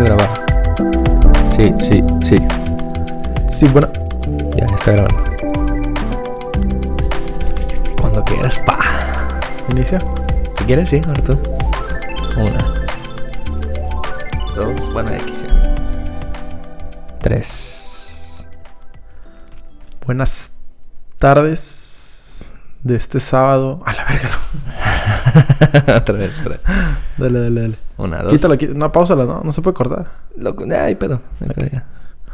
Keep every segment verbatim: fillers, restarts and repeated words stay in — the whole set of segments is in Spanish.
a grabar. Sí, sí, sí. Sí, bueno. Ya está grabando. Cuando quieras, pa. ¿Inicia? Si quieres, sí, ahora tú. Una. Dos, bueno, X. Tres. Buenas tardes de este sábado. A la verga, no. Otra vez, otra vez. Dale, dale, dale. Una, dos. Quítalo, quítalo. No, pausala, ¿no? No se puede cortar. Loco, ay, pedo. Ay, Okay. pedo ya.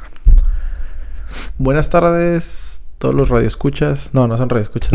Buenas tardes, todos los radioescuchas. No, no son radioescuchas.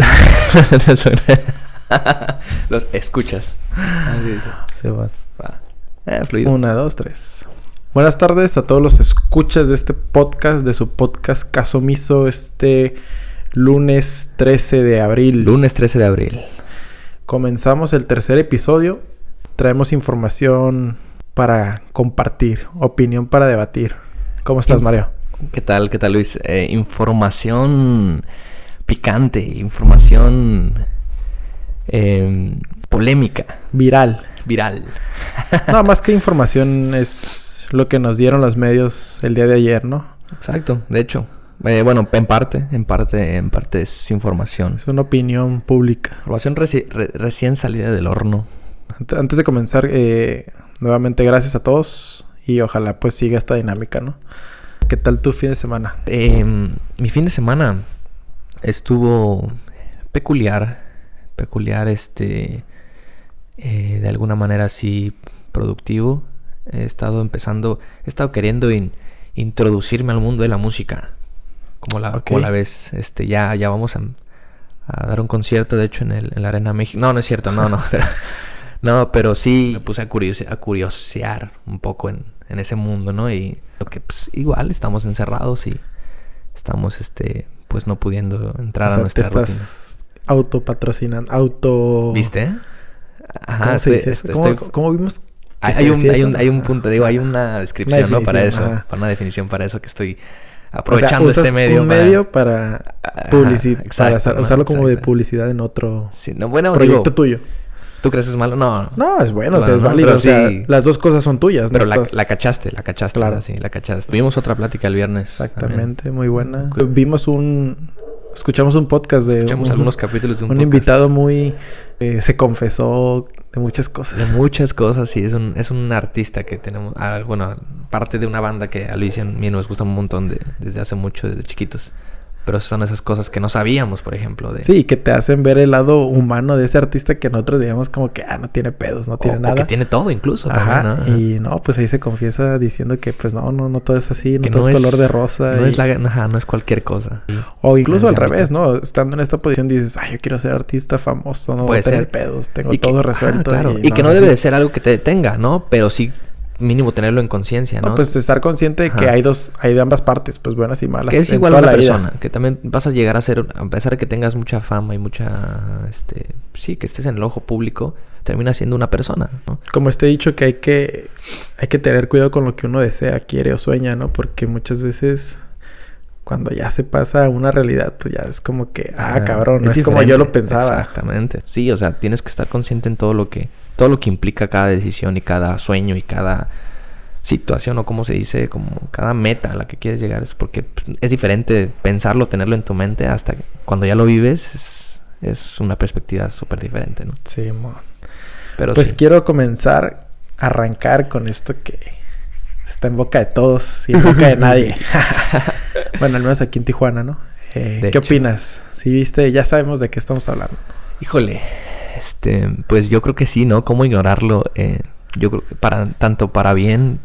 Los escuchas. Así dice. Se van. Va. Eh, fluido. Una, dos, tres. Buenas tardes a todos los escuchas de este podcast, de su podcast Caso Omiso, este lunes trece de abril. Lunes trece de abril. Comenzamos el tercer episodio. Traemos información para compartir, opinión para debatir. ¿Cómo estás, Inf- Mario? ¿Qué tal? ¿Qué tal, Luis? Eh, información picante, información eh, polémica, Viral. viral. No, más que información es lo que nos dieron los medios el día de ayer, ¿no? Exacto, de hecho. Eh, bueno, en parte, en parte, en parte es información. Es una opinión pública. Información reci- re- recién salida del horno. Ant- Antes de comenzar, eh, nuevamente gracias a todos y ojalá pues siga esta dinámica, ¿no? ¿Qué tal tu fin de semana? Eh, mi fin de semana estuvo peculiar, peculiar, este, eh, de alguna manera así productivo. He estado empezando, he estado queriendo in- introducirme al mundo de la música. ¿Cómo la, Ok. ¿cómo la ves? Este, ya, ya vamos a, a dar un concierto, de hecho, en el, en la Arena México. No, no es cierto, no, no, pero, no, pero sí me puse a, curiose- a curiosear un poco en, en ese mundo, ¿no? Y lo que, pues, igual estamos encerrados y estamos, este, pues, no pudiendo entrar O a sea, nuestra te rutina. estás autopatrocinando, auto... ¿Viste? Ajá, ¿Cómo se estoy, dice eso? estoy, ¿Cómo, estoy- cómo vimos que Hay, se hay un, decía hay, eso? un, hay un Ah. punto, digo, hay una descripción, Una ¿no? Para eso, definición, ajá. para una definición para eso que estoy O aprovechando sea, usas este medio. un para- medio para, Ajá, publici- para exacto, usar- ¿no? usarlo como de Exacto. publicidad en otro Sí, no, bueno, proyecto digo, tuyo. ¿tú crees que es malo? No. No, es bueno, o sea, Claro, es ¿no? válido. Pero O sea, sí- las dos cosas son tuyas. Pero no la, estás- la cachaste, la cachaste, Claro. o sea, sí, la cachaste. Tuvimos otra plática el viernes. Exactamente, muy buena. Cu- Vimos un... Escuchamos un podcast de... Escuchamos un, algunos capítulos de un, un podcast. invitado muy... eh, se confesó de muchas cosas. De muchas cosas, sí. Es un, es un artista que tenemos... ah, bueno, parte de una banda que a Luis y a mí nos gusta un montón de, desde hace mucho, desde chiquitos. Pero son esas cosas que no sabíamos, por ejemplo. De, Sí, que te hacen ver el lado humano de ese artista que nosotros digamos como que... Ah, no tiene pedos, no tiene o, nada. o que tiene todo incluso. Ajá, También, ¿no? y no, pues ahí se confiesa diciendo que pues no, no, no todo es así, no Que todo no es es- color de rosa. No y- es, la, ajá, no es cualquier cosa. O incluso en al ese revés, ámbito. ¿no? Estando en esta posición dices, ay, yo quiero ser artista famoso, no voy Puede a tener ser. pedos, tengo Y que- todo ajá, resuelto. claro. Y, que es no así. debe de ser algo que te detenga, ¿no? Pero sí mínimo tenerlo en conciencia, ¿no? No, pues estar consciente de que Ajá. hay dos, hay de ambas partes, pues buenas y malas. Que es en igual a toda una la vida. persona. Que también vas a llegar a ser... A pesar de que tengas mucha fama y mucha... este Sí, que estés en el ojo público... Termina siendo una persona, ¿no? Como este dicho que hay que, hay que tener cuidado con lo que uno desea, quiere o sueña, ¿no? Porque muchas veces cuando ya se pasa a una realidad, pues ya es como que, ah, Ajá. cabrón, no es, como yo diferente. lo pensaba. Exactamente. Sí, o sea, tienes que estar consciente en todo lo que... Todo lo que implica cada decisión y cada sueño y cada situación, o como se dice, como cada meta a la que quieres llegar. Es porque pues, es diferente pensarlo, tenerlo en tu mente, hasta cuando ya lo vives, es, es una perspectiva súper diferente, ¿no? Sí, mo. Pero Pues sí. quiero comenzar, arrancar con esto que está en boca de todos y en boca de nadie. Bueno, al menos aquí en Tijuana, ¿no? Eh, De ¿Qué hecho. opinas? Si viste, ya sabemos de qué estamos hablando. Híjole, este, pues yo creo que sí, ¿no? ¿Cómo ignorarlo? Eh, yo creo que para tanto para bien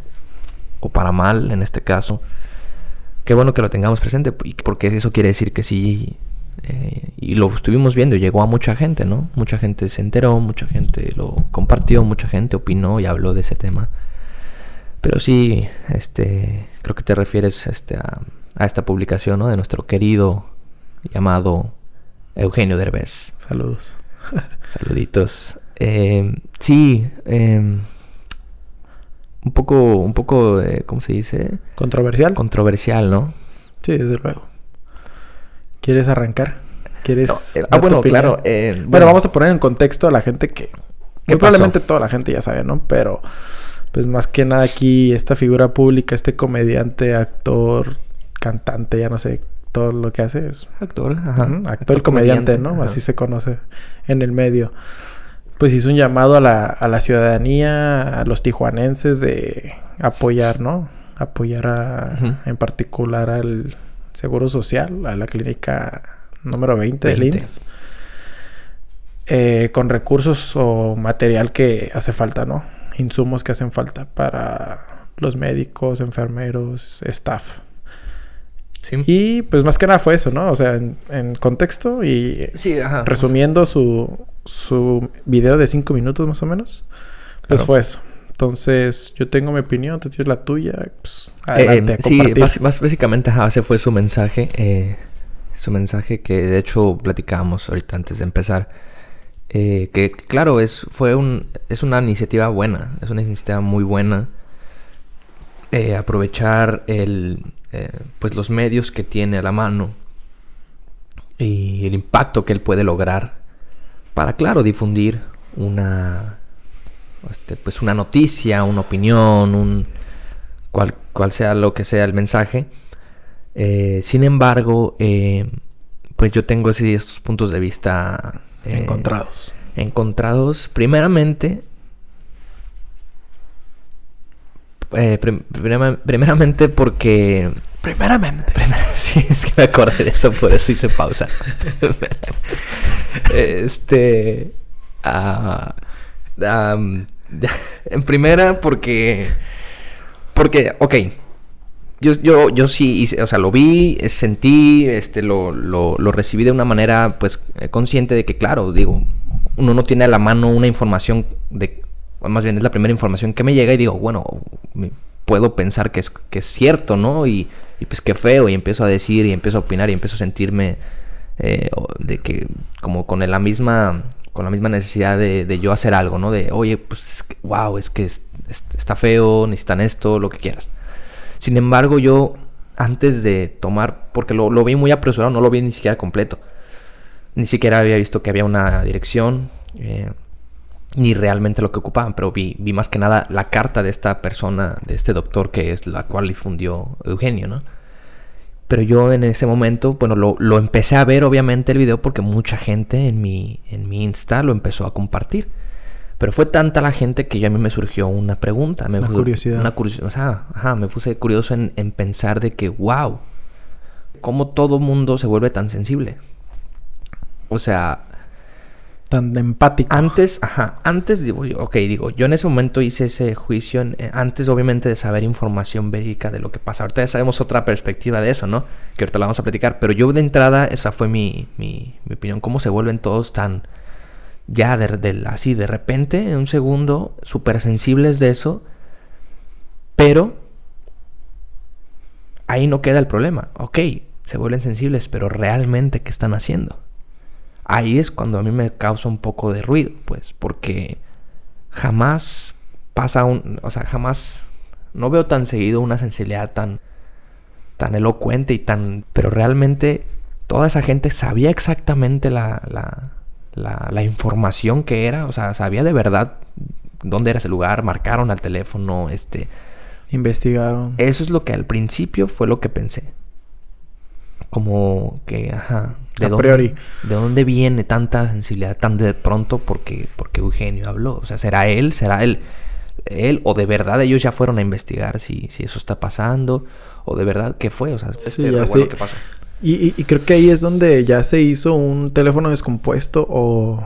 o para mal, en este caso. Qué bueno que lo tengamos presente, porque eso quiere decir que sí, eh, y lo estuvimos viendo, llegó a mucha gente, ¿no? Mucha gente se enteró, mucha gente lo compartió, mucha gente opinó y habló de ese tema. Pero sí, este, creo que te refieres este, a, a esta publicación, ¿no? De nuestro querido llamado Eugenio Derbez. Saludos. Saluditos. Eh, sí, eh, un poco, un poco, eh, ¿cómo se dice? ¿Controversial? Controversial, ¿no? Sí, desde luego. ¿Quieres arrancar? ¿Quieres No, eh, dar ah, tu bueno, opinión? claro. Eh, Bueno, vamos a poner en contexto a la gente que... ¿Qué Muy probablemente toda la gente ya sabe, ¿no? Pero pues más que nada aquí esta figura pública, este comediante, actor, cantante, ya no sé, todo lo que hace es... Actor, ajá. Uh-huh, actor, actor comediante, comediante, ¿no? Ajá. Así se conoce en el medio. Pues hizo un llamado a la, a la ciudadanía, a los tijuanenses de apoyar, ¿no? Apoyar a, uh-huh. en particular al Seguro Social, a la clínica número veinte, veinte. Del I M S S. Eh, con recursos o material que hace falta, ¿no? Insumos que hacen falta para los médicos, enfermeros, staff. Sí. Y pues más que nada fue eso, ¿no? O sea, en, en contexto y sí, ajá, resumiendo pues... su, su video de cinco minutos más o menos, pues claro. Fue eso. Entonces, yo tengo mi opinión, tú tienes la tuya, pues adelante, eh, a compartir. Sí, más básicamente, ajá, ese fue su mensaje. Eh, su mensaje que de hecho platicábamos ahorita antes de empezar. Eh, que claro, es, fue un, es una iniciativa buena, es una iniciativa muy buena. Eh, aprovechar el, eh, pues los medios que tiene a la mano y el impacto que él puede lograr para, claro, difundir una, este, pues una noticia, una opinión, un cual, cual sea lo que sea el mensaje. Eh, sin embargo, eh, pues yo tengo ese, estos puntos de vista eh, encontrados. Encontrados, primeramente. Eh, prim- prim- primeramente porque... Primeramente. Primer- sí, es que me acordé de eso, por eso hice pausa. este... Uh, um, en primera porque... Porque, ok... Yo, yo, yo sí, hice, o sea, lo vi, sentí, este, lo, lo, lo recibí de una manera, pues, consciente de que, claro, digo, uno no tiene a la mano una información de... Más bien es la primera información que me llega y digo, bueno, puedo pensar que es, que es cierto, ¿no? Y, y pues qué feo, y empiezo a decir, y empiezo a opinar, y empiezo a sentirme eh, de que, como con la misma, con la misma necesidad de, de yo hacer algo, ¿no? De, oye, pues, es que, wow, es que es, es, está feo, necesitan esto, lo que quieras. Sin embargo, yo, antes de tomar, porque lo, lo vi muy apresurado, no lo vi ni siquiera completo. Ni siquiera había visto que había una dirección, eh, ni realmente lo que ocupaban, pero vi, vi más que nada la carta de esta persona, de este doctor, que es la cual difundió Eugenio, ¿no? Pero yo en ese momento, bueno, lo, lo empecé a ver obviamente el video porque mucha gente en mi, en mi Insta lo empezó a compartir. Pero fue tanta la gente que ya a mí me surgió una pregunta. Me una puse, curiosidad. Una curiosidad. O sea, ajá, me puse curioso en, en pensar de que, wow, ¿cómo todo mundo se vuelve tan sensible? O sea... Tan empático. Antes, ajá, antes, digo, ok, digo, yo en ese momento hice ese juicio, en, antes obviamente de saber información verídica de lo que pasa. Ahorita ya sabemos otra perspectiva de eso, ¿no? Que ahorita la vamos a platicar. Pero yo de entrada, esa fue mi, mi, mi opinión. ¿Cómo se vuelven todos tan... ya de, de, así de repente, en un segundo, súper sensibles de eso? Pero ahí no queda el problema. Ok, se vuelven sensibles, pero realmente, ¿qué están haciendo? Ahí es cuando a mí me causa un poco de ruido, pues, porque jamás pasa un... O sea, jamás... No veo tan seguido una sensibilidad tan... tan elocuente y tan... Pero realmente toda esa gente sabía exactamente la... la La, la información que era, o sea, sabía de verdad dónde era ese lugar, marcaron al teléfono, este... investigaron. Eso es lo que al principio fue lo que pensé. Como que, ajá... ¿De a dónde, priori. ¿De dónde viene tanta sensibilidad tan de pronto? Porque, porque Eugenio habló. O sea, ¿será él? ¿Será él? Él, o de verdad ellos ya fueron a investigar si, si eso está pasando, o de verdad qué fue, o sea, sí, este revuelo que pasó. Y, y, y creo que ahí es donde ya se hizo un teléfono descompuesto o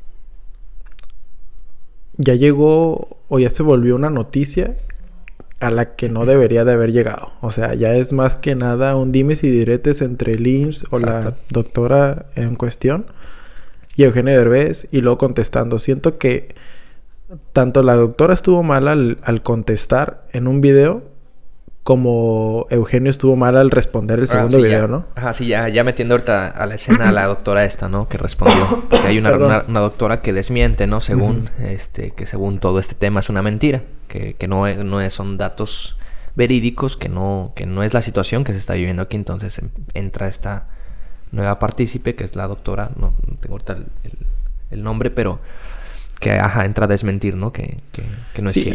ya llegó o ya se volvió una noticia a la que no debería de haber llegado. O sea, ya es más que nada un dimes y diretes entre el I M S S o Exacto. la doctora en cuestión y Eugenio Derbez y luego contestando. Siento que tanto la doctora estuvo mal al, al contestar en un video como Eugenio estuvo mal al responder el ah, segundo sí, video, ya. ¿no? Ajá, sí, ya, ya metiendo ahorita a la escena a la doctora esta, ¿no? Que respondió. Porque hay una, una, una doctora que desmiente, ¿no? Según, uh-huh. este, que según todo este tema es una mentira. Que, que no, es, no es, son datos verídicos, que no, que no es la situación que se está viviendo aquí. Entonces entra esta nueva partícipe, que es la doctora, no, no tengo ahorita el, el, el nombre, pero que, ajá, entra a desmentir, ¿no? Que, que, que no es sí. cierto.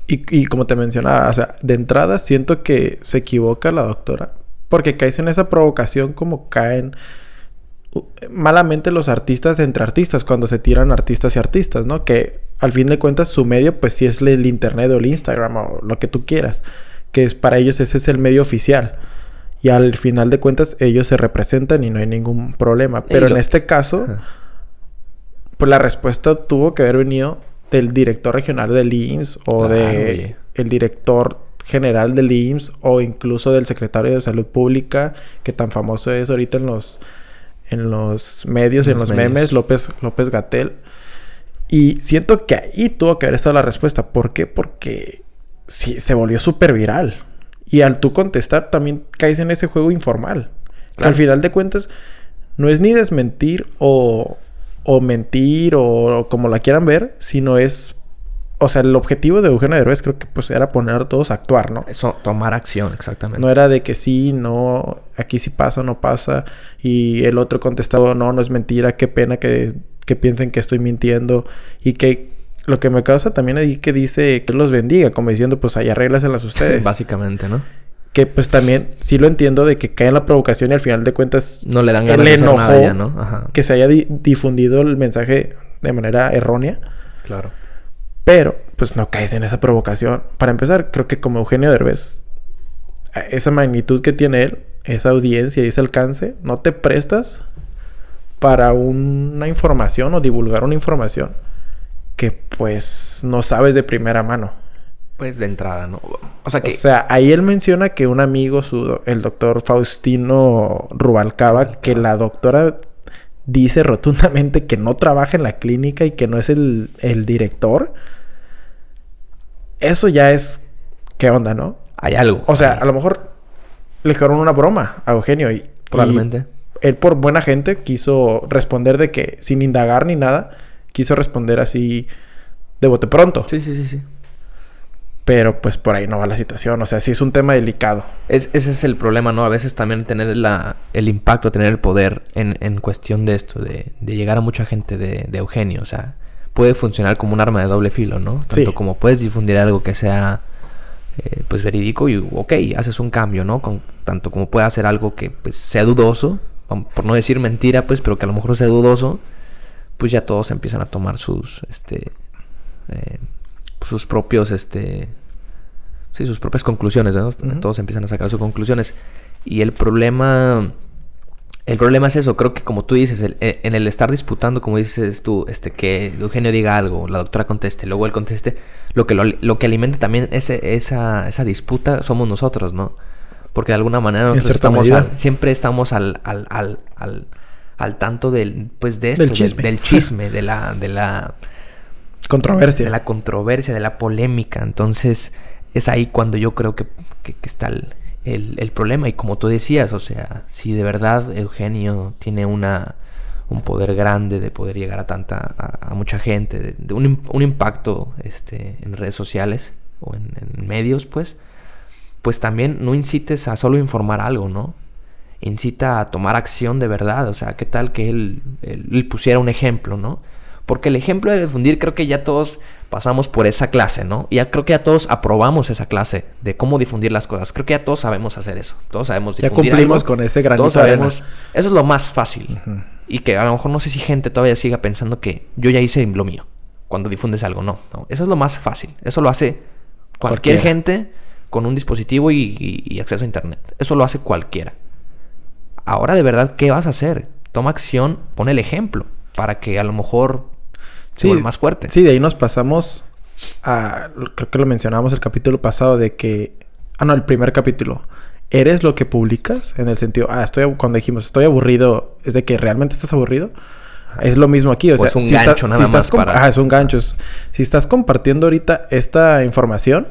Y, y como te mencionaba, o sea, de entrada siento que se equivoca la doctora. Porque caes en esa provocación como caen uh, malamente los artistas entre artistas. Cuando se tiran artistas y artistas, ¿no? Que al fin de cuentas su medio pues sí es el internet o el Instagram o lo que tú quieras. Que es para ellos ese es el medio oficial. Y al final de cuentas ellos se representan y no hay ningún problema. Pero lo... en este caso, ajá, pues la respuesta tuvo que haber venido del director regional del I M S S o claro, de oye. el director general del I M S S o incluso del secretario de Salud Pública, que tan famoso es ahorita en los en los medios, en, en los, los memes, López López Gatell. Y siento que ahí tuvo que haber estado la respuesta. ¿Por qué? Porque sí, se volvió súper viral. Y al tú contestar también caes en ese juego informal. Claro. Que al final de cuentas no es ni desmentir o o mentir o, o como la quieran ver, sino es, o sea, el objetivo de Eugenio Derbez creo que pues era poner a todos a actuar, ¿no? Eso, tomar acción, exactamente. No era de que sí, no, aquí sí pasa, no pasa, y el otro contestado, no, no es mentira, qué pena que, que piensen que estoy mintiendo, y que lo que me causa también ahí que dice que los bendiga, como diciendo, pues ahí arréglaselas ustedes. Básicamente, ¿no? Que pues también sí lo entiendo de que cae en la provocación y al final de cuentas no le dan ganas de hacer nada ya, ¿no? Ajá. Que se haya di- difundido el mensaje de manera errónea. Claro. Pero pues no caes en esa provocación. Para empezar, creo que como Eugenio Derbez, esa magnitud que tiene él, esa audiencia y ese alcance, no te prestas para una información o divulgar una información que pues no sabes de primera mano. Pues de entrada, ¿no? O sea que... O sea, ahí él menciona que un amigo, su, el doctor Faustino Rubalcaba, Rubalcaba, que la doctora dice rotundamente que no trabaja en la clínica y que no es el, el director. Eso ya es... ¿Qué onda, no? Hay algo. O sea, hay... a lo mejor le dijeron una broma a Eugenio y... Probablemente. Y él por buena gente quiso responder de que sin indagar ni nada, quiso responder así de bote pronto. Sí, sí, sí, sí. Pero pues por ahí no va la situación. O sea, sí es un tema delicado. Es, ese es el problema, ¿no? A veces también tener la, el impacto, tener el poder en, en cuestión de esto, de, de llegar a mucha gente de, de Eugenio. O sea, puede funcionar como un arma de doble filo, ¿no? Tanto sí. como puedes difundir algo que sea eh, pues verídico y ok, haces un cambio, ¿no? Con, tanto como puede hacer algo que pues sea dudoso, por no decir mentira, pues, pero que a lo mejor sea dudoso, pues ya todos empiezan a tomar sus, este... Eh, sus propios, este... Sí, sus propias conclusiones, ¿no? Uh-huh. Todos empiezan a sacar sus conclusiones. Y el problema... El problema es eso. Creo que como tú dices, el, en el estar disputando, como dices tú, este, que Eugenio diga algo, la doctora conteste, luego él conteste, lo que, lo, lo que alimenta también ese, esa, esa disputa somos nosotros, ¿no? Porque de alguna manera nosotros estamos al, siempre estamos al, al, al, al, al tanto del, pues de esto, del chisme, de, del chisme de la... De la controversia. De la controversia, de la polémica. Entonces, es ahí cuando yo creo que, que, que está el, el, el problema. Y como tú decías, o sea, si de verdad Eugenio tiene una un poder grande de poder llegar a tanta, a, a mucha gente, de, de un, un impacto este, en redes sociales o en, en medios, pues, pues también no incites a solo informar algo, ¿no? Incita a tomar acción de verdad. O sea, ¿qué tal que él, él, él pusiera un ejemplo, ¿no? Porque el ejemplo de difundir, creo que ya todos pasamos por esa clase, ¿no? Y ya creo que ya todos aprobamos esa clase de cómo difundir las cosas. Creo que ya todos sabemos hacer eso. Todos sabemos difundir. Ya cumplimos algo, con ese granito todos sabemos. Eso es lo más fácil. Uh-huh. Y que a lo mejor no sé si gente todavía siga pensando que yo ya hice lo mío cuando difundes algo. No, no. Eso es lo más fácil. Eso lo hace cualquier Cualquiera. gente con un dispositivo y, y, y acceso a internet. Eso lo hace cualquiera. Ahora, de verdad, ¿qué vas a hacer? Toma acción, pon el ejemplo para que a lo mejor... Sí, más fuerte. Sí, de ahí nos pasamos a... Creo que lo mencionamos el capítulo pasado de que... Ah, no, el primer capítulo. ¿Eres lo que publicas? En el sentido... Ah, estoy... Cuando dijimos estoy aburrido... ¿Es de que realmente estás aburrido? Ajá. Es lo mismo aquí. O, o sea, es un si gancho está, nada si más estás para... Ah, es un gancho. Es, si estás compartiendo ahorita esta información...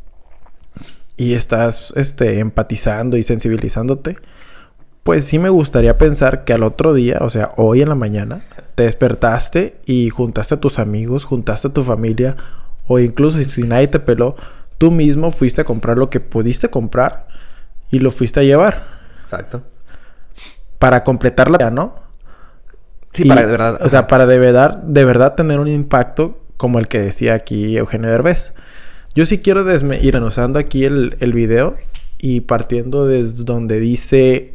Y estás este, empatizando y sensibilizándote... Pues sí me gustaría pensar que al otro día, o sea, hoy en la mañana, te despertaste y juntaste a tus amigos, juntaste a tu familia, o incluso si nadie te peló, tú mismo fuiste a comprar lo que pudiste comprar y lo fuiste a llevar. Exacto. Para completar la... ¿no? Sí, y, para de verdad... O sea, para de verdad, de verdad tener un impacto como el que decía aquí Eugenio Derbez. Yo sí quiero desme- ir desmenuzando aquí el, el video y partiendo desde donde dice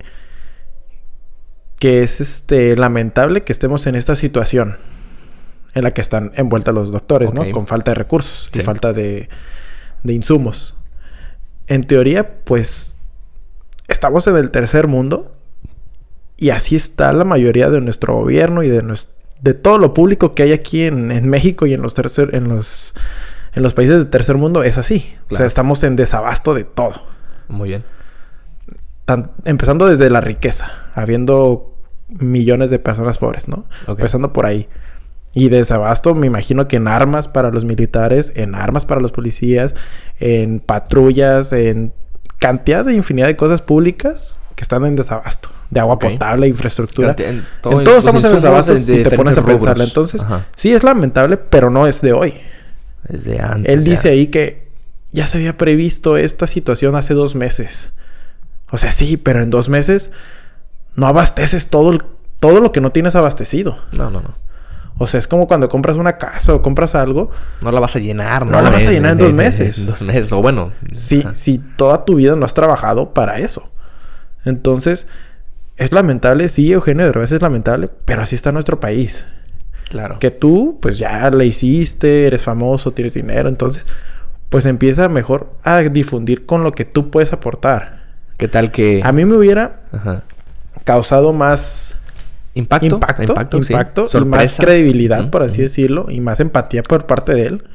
que es este lamentable que estemos en esta situación en la que están envueltos los doctores, okay. ¿no? Con falta de recursos sí. y falta de, de insumos. En teoría, pues, estamos en el tercer mundo y así está la mayoría de nuestro gobierno y de, nuestro, de todo lo público que hay aquí en, en México y en los, tercer, en, los, en los países del tercer mundo. Es así. Claro. O sea, estamos en desabasto de todo. Muy bien. Tan, empezando desde la riqueza, habiendo millones de personas pobres, ¿no? Okay. Empezando por ahí. Y desabasto, me imagino que en armas para los militares, en armas para los policías, en patrullas, en cantidad de infinidad de cosas públicas que están en desabasto. De agua okay. potable, infraestructura. En, en, todo, en todos estamos en desabasto de, si te pones a pensarlo. Entonces, ajá. sí es lamentable, pero no es de hoy. Es de antes. Él dice ya. ahí que ya se había previsto esta situación hace dos meses. O sea, sí, pero en dos meses no abasteces todo, el, todo lo que no tienes abastecido. No, no, no. O sea, es como cuando compras una casa o compras algo. No la vas a llenar, ¿no? No la vas a llenar en, en dos meses. En dos meses, o bueno. Sí, si toda tu vida no has trabajado para eso. Entonces, es lamentable. Sí, Eugenio Derbez es lamentable, pero así está nuestro país. Claro. Que tú, pues ya le hiciste, eres famoso, tienes dinero. Entonces, pues empieza mejor a difundir con lo que tú puedes aportar. ¿Qué tal que...? A mí me hubiera Ajá. causado más... Impacto, impacto, impacto, impacto sí. y más credibilidad, uh-huh, por así uh-huh. decirlo, y más empatía por parte de él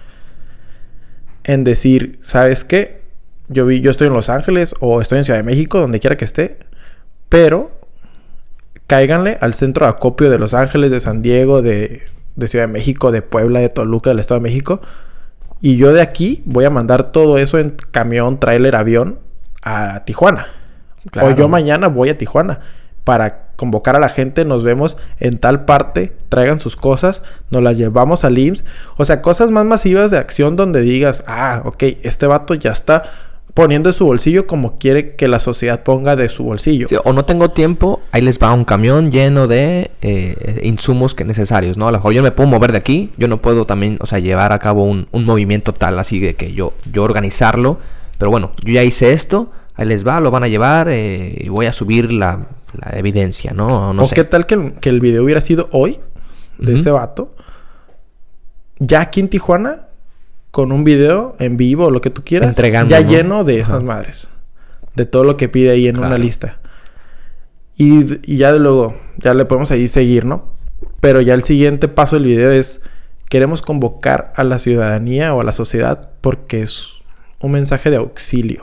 en decir, ¿sabes qué? Yo vi, yo estoy en Los Ángeles o estoy en Ciudad de México, donde quiera que esté, pero cáiganle al centro de acopio de Los Ángeles, de San Diego, de, de Ciudad de México, de Puebla, de Toluca, del Estado de México, y yo de aquí voy a mandar todo eso en camión, tráiler, avión a Tijuana. Claro. O yo mañana voy a Tijuana para convocar a la gente, nos vemos en tal parte, traigan sus cosas, nos las llevamos al I M S S. O sea, cosas más masivas de acción donde digas, ah, ok, este vato ya está poniendo de su bolsillo como quiere que la sociedad ponga de su bolsillo. Sí, o no tengo tiempo, ahí les va un camión lleno de eh, insumos que necesarios, ¿no? A lo mejor yo no me puedo mover de aquí, yo no puedo también, o sea, llevar a cabo un, un movimiento tal así de que yo, yo organizarlo, pero bueno, yo ya hice esto, ahí les va, lo van a llevar eh, y voy a subir la... la evidencia, ¿no? no o sé. qué tal que, que el video hubiera sido hoy de uh-huh. ese vato ya aquí en Tijuana con un video en vivo o lo que tú quieras, entregando, ya ¿no? lleno de esas uh-huh. madres, de todo lo que pide ahí en claro. una lista y, y ya de luego ya le podemos ahí seguir, ¿no? Pero ya el siguiente paso del video es queremos convocar a la ciudadanía o a la sociedad porque es un mensaje de auxilio.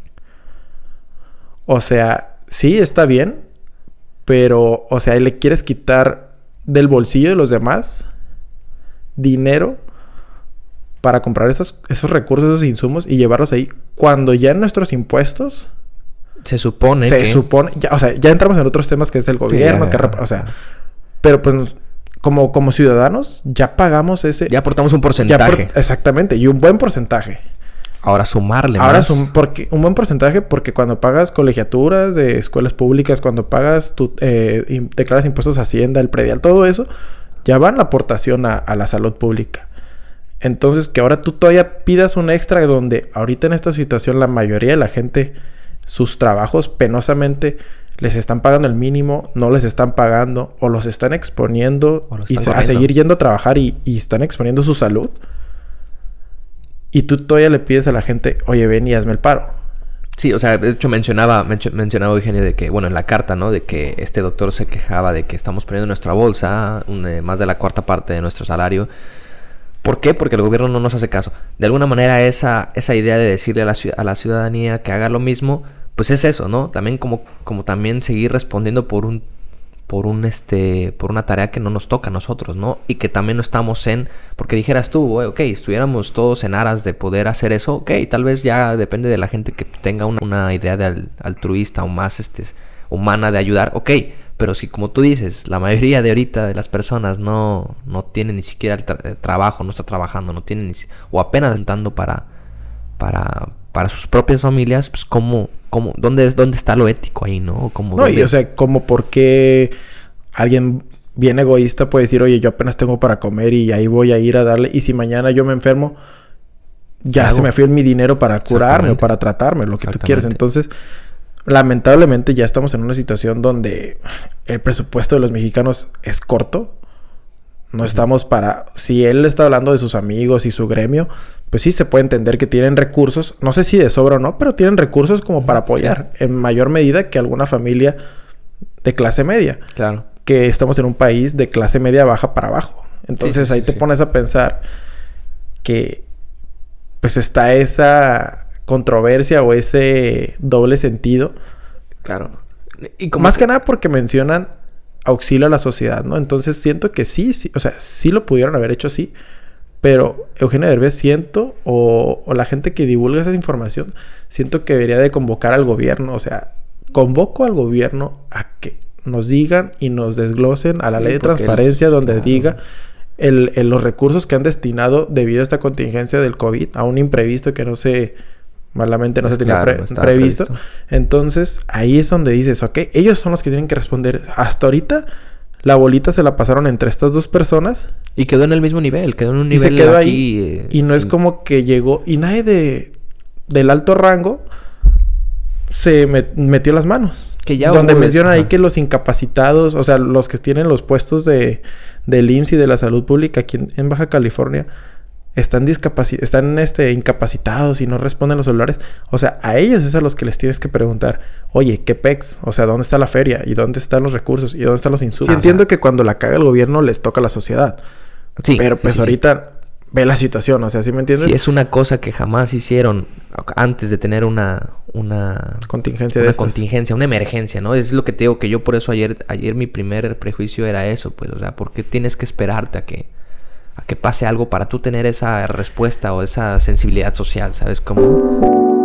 O sea, sí está bien, pero, o sea, le quieres quitar del bolsillo de los demás dinero para comprar esos, esos recursos, esos insumos y llevarlos ahí. Cuando ya en nuestros impuestos... Se supone Se que... supone... Ya, o sea, ya entramos en otros temas que es el gobierno, sí, ya, que... O sea... Pero pues... Como, como ciudadanos, ya pagamos ese... Ya aportamos un porcentaje. Por, exactamente. Y un buen porcentaje. Ahora sumarle Ahora más. Ahora porque un buen porcentaje porque cuando pagas colegiaturas de escuelas públicas, cuando pagas tu eh, in, declaras impuestos a Hacienda, el predial, todo eso, ya va en la aportación a, a la salud pública. Entonces, que ahora tú todavía pidas un extra donde ahorita en esta situación la mayoría de la gente, sus trabajos penosamente les están pagando el mínimo, no les están pagando o los están exponiendo los y están a seguir yendo a trabajar y, y están exponiendo su salud. Y tú todavía le pides a la gente, oye, ven y hazme el paro. Sí, o sea, de hecho mencionaba, men- mencionaba Eugenio de que, bueno, en la carta, ¿no? De que este doctor se quejaba de que estamos poniendo en nuestra bolsa un, eh, más de la cuarta parte de nuestro salario. ¿Por qué? Porque el gobierno no nos hace caso. De alguna manera esa, esa idea de decirle a la, a la ciudadanía que haga lo mismo, pues es eso, ¿no? También como, como también seguir respondiendo por un por un este por una tarea que no nos toca a nosotros, ¿no? Y que también no estamos en, porque dijeras tú, ok, estuviéramos todos en aras de poder hacer eso, ok, tal vez ya depende de la gente que tenga una, una idea de al, altruista o más este humana de ayudar, ok, pero si como tú dices, la mayoría de ahorita de las personas no, no tienen ni siquiera el, tra- el trabajo, no está trabajando, no tienen ni, o apenas intentando para para para sus propias familias, pues cómo, cómo, dónde, dónde está lo ético ahí, ¿no? Como no, dónde... y o sea, como por qué alguien bien egoísta puede decir, oye, yo apenas tengo para comer y ahí voy a ir a darle, y si mañana yo me enfermo, ya se me fue mi dinero para curarme o para tratarme, lo que tú quieres. Entonces, lamentablemente ya estamos en una situación donde el presupuesto de los mexicanos es corto. No uh-huh. estamos para... Si él está hablando de sus amigos y su gremio, pues sí se puede entender que tienen recursos. No sé si de sobra o no, pero tienen recursos como uh-huh. para apoyar sí. en mayor medida que alguna familia de clase media. Claro. Que estamos en un país de clase media baja para abajo. Entonces sí, sí, ahí sí, te sí. pones a pensar que pues está esa controversia o ese doble sentido. Claro. Y como más que nada porque mencionan auxilio a la sociedad, ¿no? Entonces siento que sí, sí, o sea, sí lo pudieron haber hecho así, pero Eugenio Derbez siento, o, o la gente que divulga esa información, siento que debería de convocar al gobierno, o sea, convoco al gobierno a que nos digan y nos desglosen a la sí, ley de transparencia, el... donde claro. diga el, el, los recursos que han destinado debido a esta contingencia del COVID, a un imprevisto que no se... malamente no pues se tenía claro, pre- no previsto. previsto. Entonces, ahí es donde dices, ok, ellos son los que tienen que responder. Hasta ahorita, la bolita se la pasaron entre estas dos personas. Y quedó en el mismo nivel, quedó en un nivel y se quedó aquí. Ahí, eh, y no sin... es como que llegó... Y nadie de del alto rango se met, metió las manos. Que ya donde mencionan ahí que los incapacitados, o sea, los que tienen los puestos de del I M S S y de la salud pública aquí en, en Baja California, están discapaci- están este, incapacitados y no responden los celulares. O sea, a ellos es a los que les tienes que preguntar, oye, ¿qué pex? O sea, ¿dónde está la feria? ¿Y dónde están los recursos? ¿Y dónde están los insumos? Sí, entiendo que cuando la caga el gobierno les toca a la sociedad. Sí. Pero pues sí, ahorita sí. ve la situación, o sea, ¿sí me entiendes? Sí, es una cosa que jamás hicieron antes de tener una... Una contingencia una de contingencia, una emergencia, ¿no? Es lo que te digo, que yo por eso ayer... Ayer mi primer prejuicio era eso, pues. O sea, ¿por qué tienes que esperarte a que... a que pase algo para tú tener esa respuesta o esa sensibilidad social, ¿sabes cómo?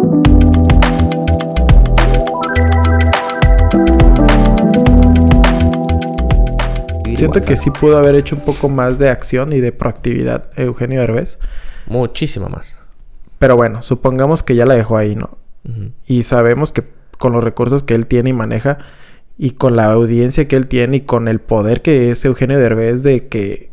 Siento que sí pudo haber hecho un poco más de acción y de proactividad Eugenio Derbez. Muchísima más. Pero bueno, supongamos que ya la dejó ahí, ¿no? Uh-huh. Y sabemos que con los recursos que él tiene y maneja y con la audiencia que él tiene y con el poder que es Eugenio Derbez de que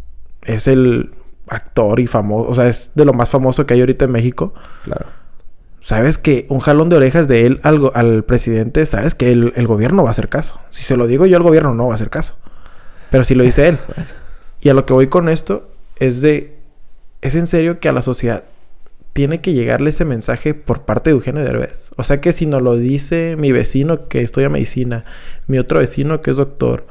es el actor y famoso, o sea, es de lo más famoso que hay ahorita en México. Claro. Sabes que un jalón de orejas de él al, al presidente, sabes que el, el gobierno va a hacer caso. Si se lo digo yo al gobierno, no va a hacer caso. Pero si lo dice él. Y a lo que voy con esto es de... Es en serio que a la sociedad tiene que llegarle ese mensaje por parte de Eugenio Derbez. O sea que si nos lo dice mi vecino que estudia medicina, mi otro vecino que es doctor,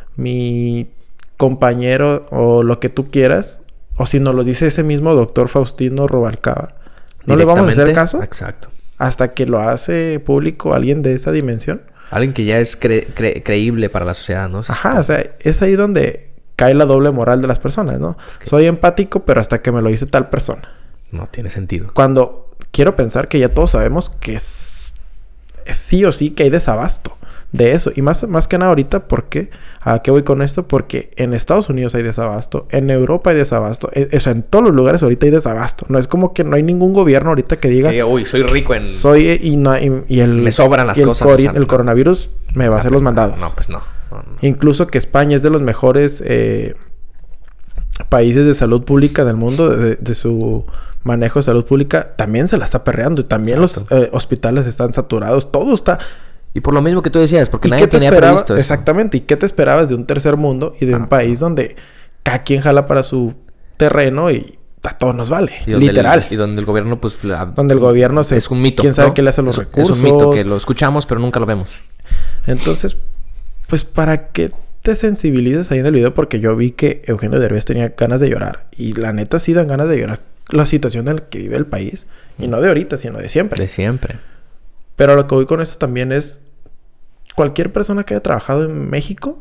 mi... compañero o lo que tú quieras, o si nos lo dice ese mismo doctor Faustino Rubalcaba, ¿no le vamos a hacer caso? Exacto. Hasta que lo hace público alguien de esa dimensión. Alguien que ya es cre- cre- creíble para la sociedad, ¿no? Ajá, o sea, es ahí donde cae la doble moral de las personas, ¿no? Es que... Soy empático, pero hasta que me lo dice tal persona. No tiene sentido. Cuando quiero pensar que ya todos sabemos que es, es sí o sí que hay desabasto de eso. Y más, más que nada ahorita, ¿por qué? ¿A qué voy con esto? Porque en Estados Unidos hay desabasto, en Europa hay desabasto, en, o sea, en todos los lugares ahorita hay desabasto. No es como que no hay ningún gobierno ahorita que diga... Que, uy, soy rico en... Soy y, no, y, y el... Me sobran las y el cosas. Cori- o sea, el coronavirus me va a hacer los mandados. No, pues no. no, no. Incluso que España es de los mejores eh, países de salud pública del mundo, de, de su manejo de salud pública, también se la está perreando. Y también Exacto. los eh, hospitales están saturados. Todo está... Y por lo mismo que tú decías, porque ¿Y nadie tenía esperaba? previsto eso. Exactamente. ¿Y qué te esperabas de un tercer mundo y de ah, un país no. donde cada quien jala para su terreno y a todos nos vale? Y donde literal. El, y donde el gobierno, pues... La, donde el gobierno se... Es un mito, ¿Quién sabe ¿no? qué le hace los es, recursos? Es un mito que lo escuchamos, pero nunca lo vemos. Entonces, pues, ¿para qué te sensibilizas ahí en el video? Porque yo vi que Eugenio Derbez tenía ganas de llorar. Y la neta sí dan ganas de llorar la situación en la que vive el país. Y no de ahorita, sino de siempre. De siempre. Pero lo que voy con esto también es... Cualquier persona que haya trabajado en México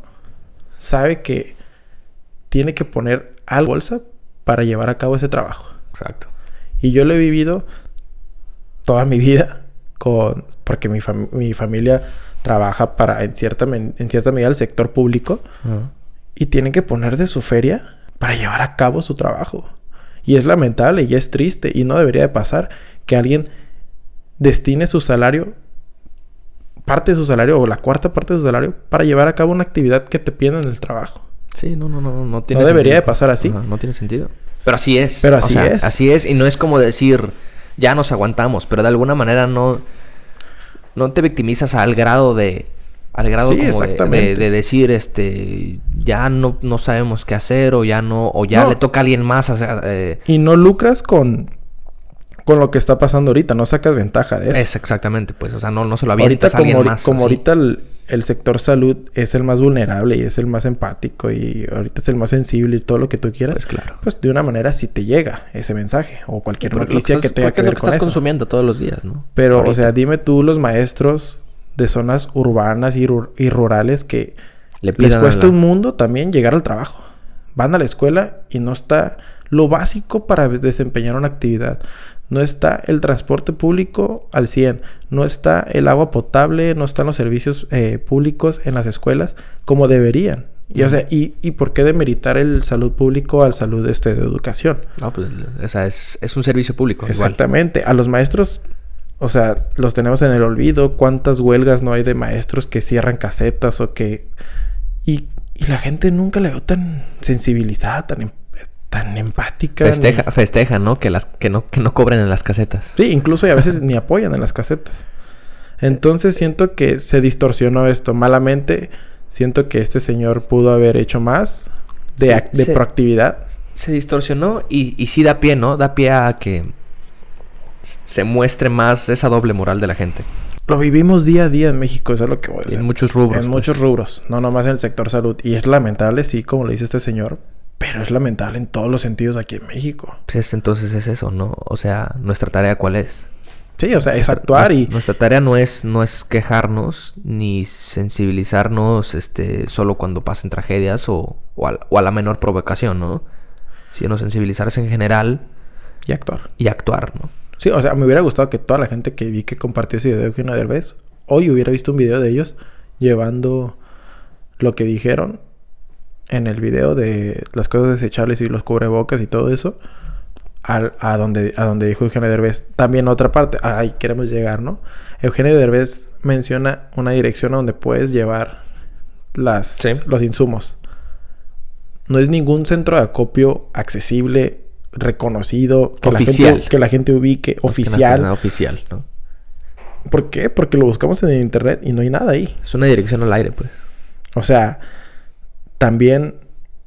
sabe que tiene que poner algo en bolsa para llevar a cabo ese trabajo. Exacto. Y yo lo he vivido toda mi vida con... Porque mi, fam- mi familia trabaja para, en cierta, men- en cierta medida, el sector público. Uh-huh. Y tienen que poner de su feria para llevar a cabo su trabajo. Y es lamentable y es triste. Y no debería de pasar que alguien destine su salario... parte de su salario o la cuarta parte de su salario para llevar a cabo una actividad que te piden en el trabajo. Sí, no, no, no, no tiene No debería sentido. de pasar así. Ajá, no tiene sentido. Pero así es. Pero así o sea, es. Así es. Y no es como decir, ya nos aguantamos. Pero de alguna manera no... No te victimizas al grado de... Al grado Sí, como de, exactamente. de, de decir, este... Ya no, no sabemos qué hacer. O ya no... O ya No. le toca a alguien más. O sea, eh, Y no lucras con... Con lo que está pasando ahorita. No sacas ventaja de eso. es exactamente, pues. O sea, no, no se lo Ahorita avientas a como, alguien ahori- más. como así. ahorita el, el sector salud es el más vulnerable y es el más empático y ahorita es el más sensible y todo lo que tú quieras. Pues claro. Pues de una manera sí te llega ese mensaje o cualquier Porque lo noticia estás- que tenga porque que es lo ver que con estás eso. consumiendo todos los días, ¿no? Pero, Ahorita. o sea, dime tú los maestros de zonas urbanas y, ru- y rurales que Le les pidan a cuesta la- un mundo también llegar al trabajo. Van a la escuela y no está lo básico para desempeñar una actividad. No está el transporte público al cien. No está el agua potable. No están los servicios eh, públicos en las escuelas como deberían. Y, o sea, y, ¿y por qué demeritar el salud público al salud este, de educación? No, pues, o sea, es, es un servicio público. Exactamente. Igual. A los maestros, o sea, los tenemos en el olvido. ¿Cuántas huelgas no hay de maestros que cierran casetas o que... Y, y la gente nunca la veo tan sensibilizada, tan, em- tan empática. Festeja, ni... festeja, ¿no? Que las que no que no cobren en las casetas. Sí, incluso y a veces ni apoyan en las casetas. Entonces siento que se distorsionó esto malamente. Siento que este señor pudo haber hecho más de, Sí, ac- de se- proactividad. Se distorsionó y, y sí da pie, ¿no? Da pie a que se muestre más esa doble moral de la gente. Lo vivimos día a día en México, eso es lo que voy a Y decir. en muchos rubros. En pues. muchos rubros, no nomás en el sector salud. Y es lamentable, sí, como le dice este señor, pero es lamentable en todos los sentidos aquí en México. Pues entonces es eso, ¿no? O sea, nuestra tarea ¿cuál es? Sí, o sea, es Nuestra- actuar y... Nuestra tarea no es, no es quejarnos ni sensibilizarnos este, solo cuando pasen tragedias o, o, a, o a la menor provocación, ¿no? Sino sensibilizarse en general y actuar. y actuar, ¿no? Sí, o sea, me hubiera gustado que toda la gente que vi que compartió ese video de Eugenio Derbez, hoy hubiera visto un video de ellos llevando lo que dijeron en el video de las cosas desechables y los cubrebocas y todo eso a, a, donde, a donde dijo Eugenio Derbez. También otra parte, ahí queremos llegar, ¿no? Eugenio Derbez menciona una dirección a donde puedes llevar las, Sí. los insumos. No es ningún centro de acopio accesible, reconocido, que, la Oficial. gente, que la gente ubique, Más que oficial. nada oficial, ¿no? ¿Por qué? Porque lo buscamos en el internet y no hay nada ahí. Es una dirección al aire, pues. O sea, también,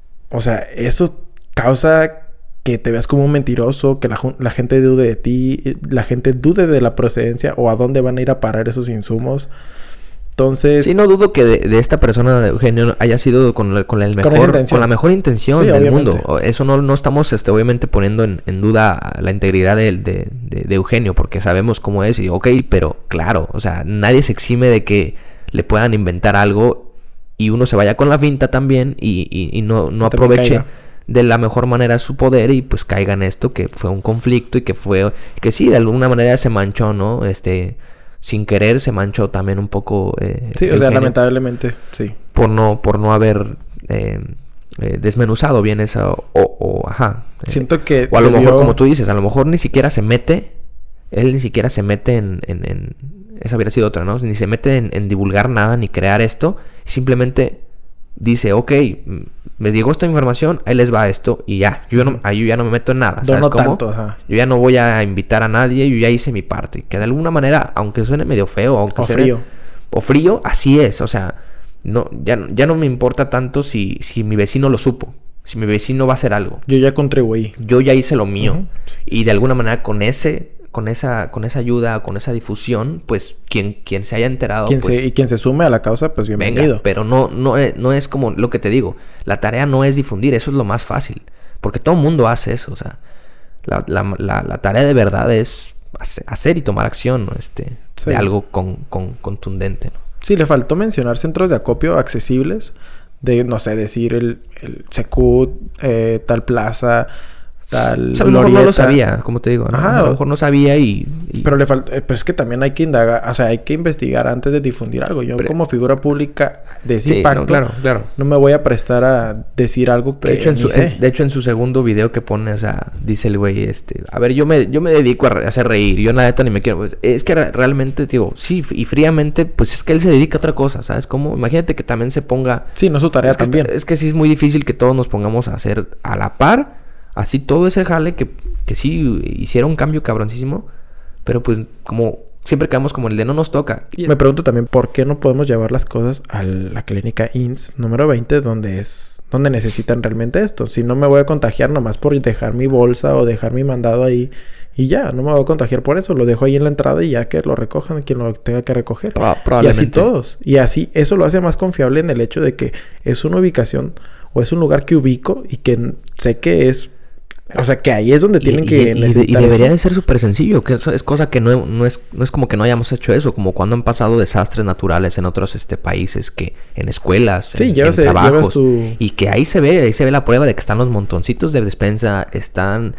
o sea, eso causa que te veas como un mentiroso, que la, ju- la gente dude de ti, eh, la gente dude de la procedencia o a dónde van a ir a parar esos insumos. Entonces, Sí, no dudo que de, de esta persona, de Eugenio, haya sido con, el- con el Con esa mejor, intención. con la mejor intención Sí, del obviamente. mundo. O- Eso no, no estamos, este, obviamente, poniendo en, en duda la integridad de, de, de- de Eugenio, porque sabemos cómo es y, ok, pero claro, o sea, nadie se exime de que le puedan inventar algo y uno se vaya con la finta también y, y, y no, no Y también aproveche caiga. de la mejor manera su poder y pues caiga en esto que fue un conflicto y que fue, que sí, de alguna manera se manchó, ¿no? Este, sin querer se manchó también un poco. Eh, sí, o sea, Eugenio, lamentablemente, sí. por no, por no haber eh, eh, desmenuzado bien esa, o, o ajá. eh, Siento que... o a lo debió- mejor, como tú dices, a lo mejor ni siquiera se mete, él ni siquiera se mete en, en, en- esa hubiera sido otra, ¿no? Ni se mete en, en divulgar nada, ni crear esto, simplemente dice, ok, mm, me llegó esta información, ahí les va esto, y ya, yo, no, ahí yo ya no me meto en nada, ¿sabes Dono cómo? tanto, ajá. Yo ya no voy a invitar a nadie, yo ya hice mi parte, que de alguna manera, aunque suene medio feo, aunque O suene- frío. o frío, así es, o sea, no, ya, ya no me importa tanto si, si mi vecino lo supo, si mi vecino va a hacer algo. Yo ya contribuí. Yo ya hice lo mío. Ujú. Y de alguna manera con ese, con esa, con esa ayuda, con esa difusión, pues quien, quien se haya enterado, Quien pues se, y quien se sume a la causa, pues bienvenido. venga. Pero no, no, es, no es como lo que te digo. La tarea no es difundir, eso es lo más fácil. Porque todo el mundo hace eso. O sea, la, la, la, la tarea de verdad es hace- hacer y tomar acción, ¿no? Este, Sí. de algo con, con, contundente, ¿no? Sí, le faltó mencionar centros de acopio accesibles. De, no sé, decir el, el Secut, eh, tal plaza. tal o sea, a lo mejor no lo sabía, como te digo. ¿no? Ajá. A lo mejor no sabía y... y... Pero le falta... Eh, pues es que también hay que indagar... O sea, hay que investigar antes de difundir algo. Yo pero... como figura pública de ese sí, impacto... No, claro, claro. No me voy a prestar a decir algo que de hecho, en ni su, sé. De hecho, en su segundo video que pone, o sea, dice el güey, este... A ver, yo me, yo me dedico a, re- a hacer reír. Yo nada de esto ni me quiero... Pues, es que re- realmente, digo, sí, y fríamente, pues es que él se dedica a otra cosa, ¿sabes? Como, imagínate que también se ponga... Sí, no su tarea es que también. Está, es que sí es muy difícil que todos nos pongamos a hacer a la par... Así todo ese jale que, que sí hiciera un cambio cabroncísimo. Pero pues como siempre quedamos como el de no nos toca. Me pregunto también por qué no podemos llevar las cosas a la clínica I N S número veinte donde es donde necesitan realmente esto. Si no me voy a contagiar nomás por dejar mi bolsa o dejar mi mandado ahí y ya, no me voy a contagiar por eso. Lo dejo ahí en la entrada y ya que lo recojan quien lo tenga que recoger. Pro- y así todos. Y así eso lo hace más confiable en el hecho de que es una ubicación o es un lugar que ubico y que sé que es... O sea, que ahí es donde tienen y, que... Y, y, de, y debería eso. de ser súper sencillo. Que eso es cosa que no, no, es, no es como que no hayamos hecho eso. Como cuando han pasado desastres naturales en otros este, países. Que en escuelas, sí, en, llévase, en trabajos. Tu... Y que ahí se ve, ahí se ve la prueba de que están los montoncitos de despensa. Están...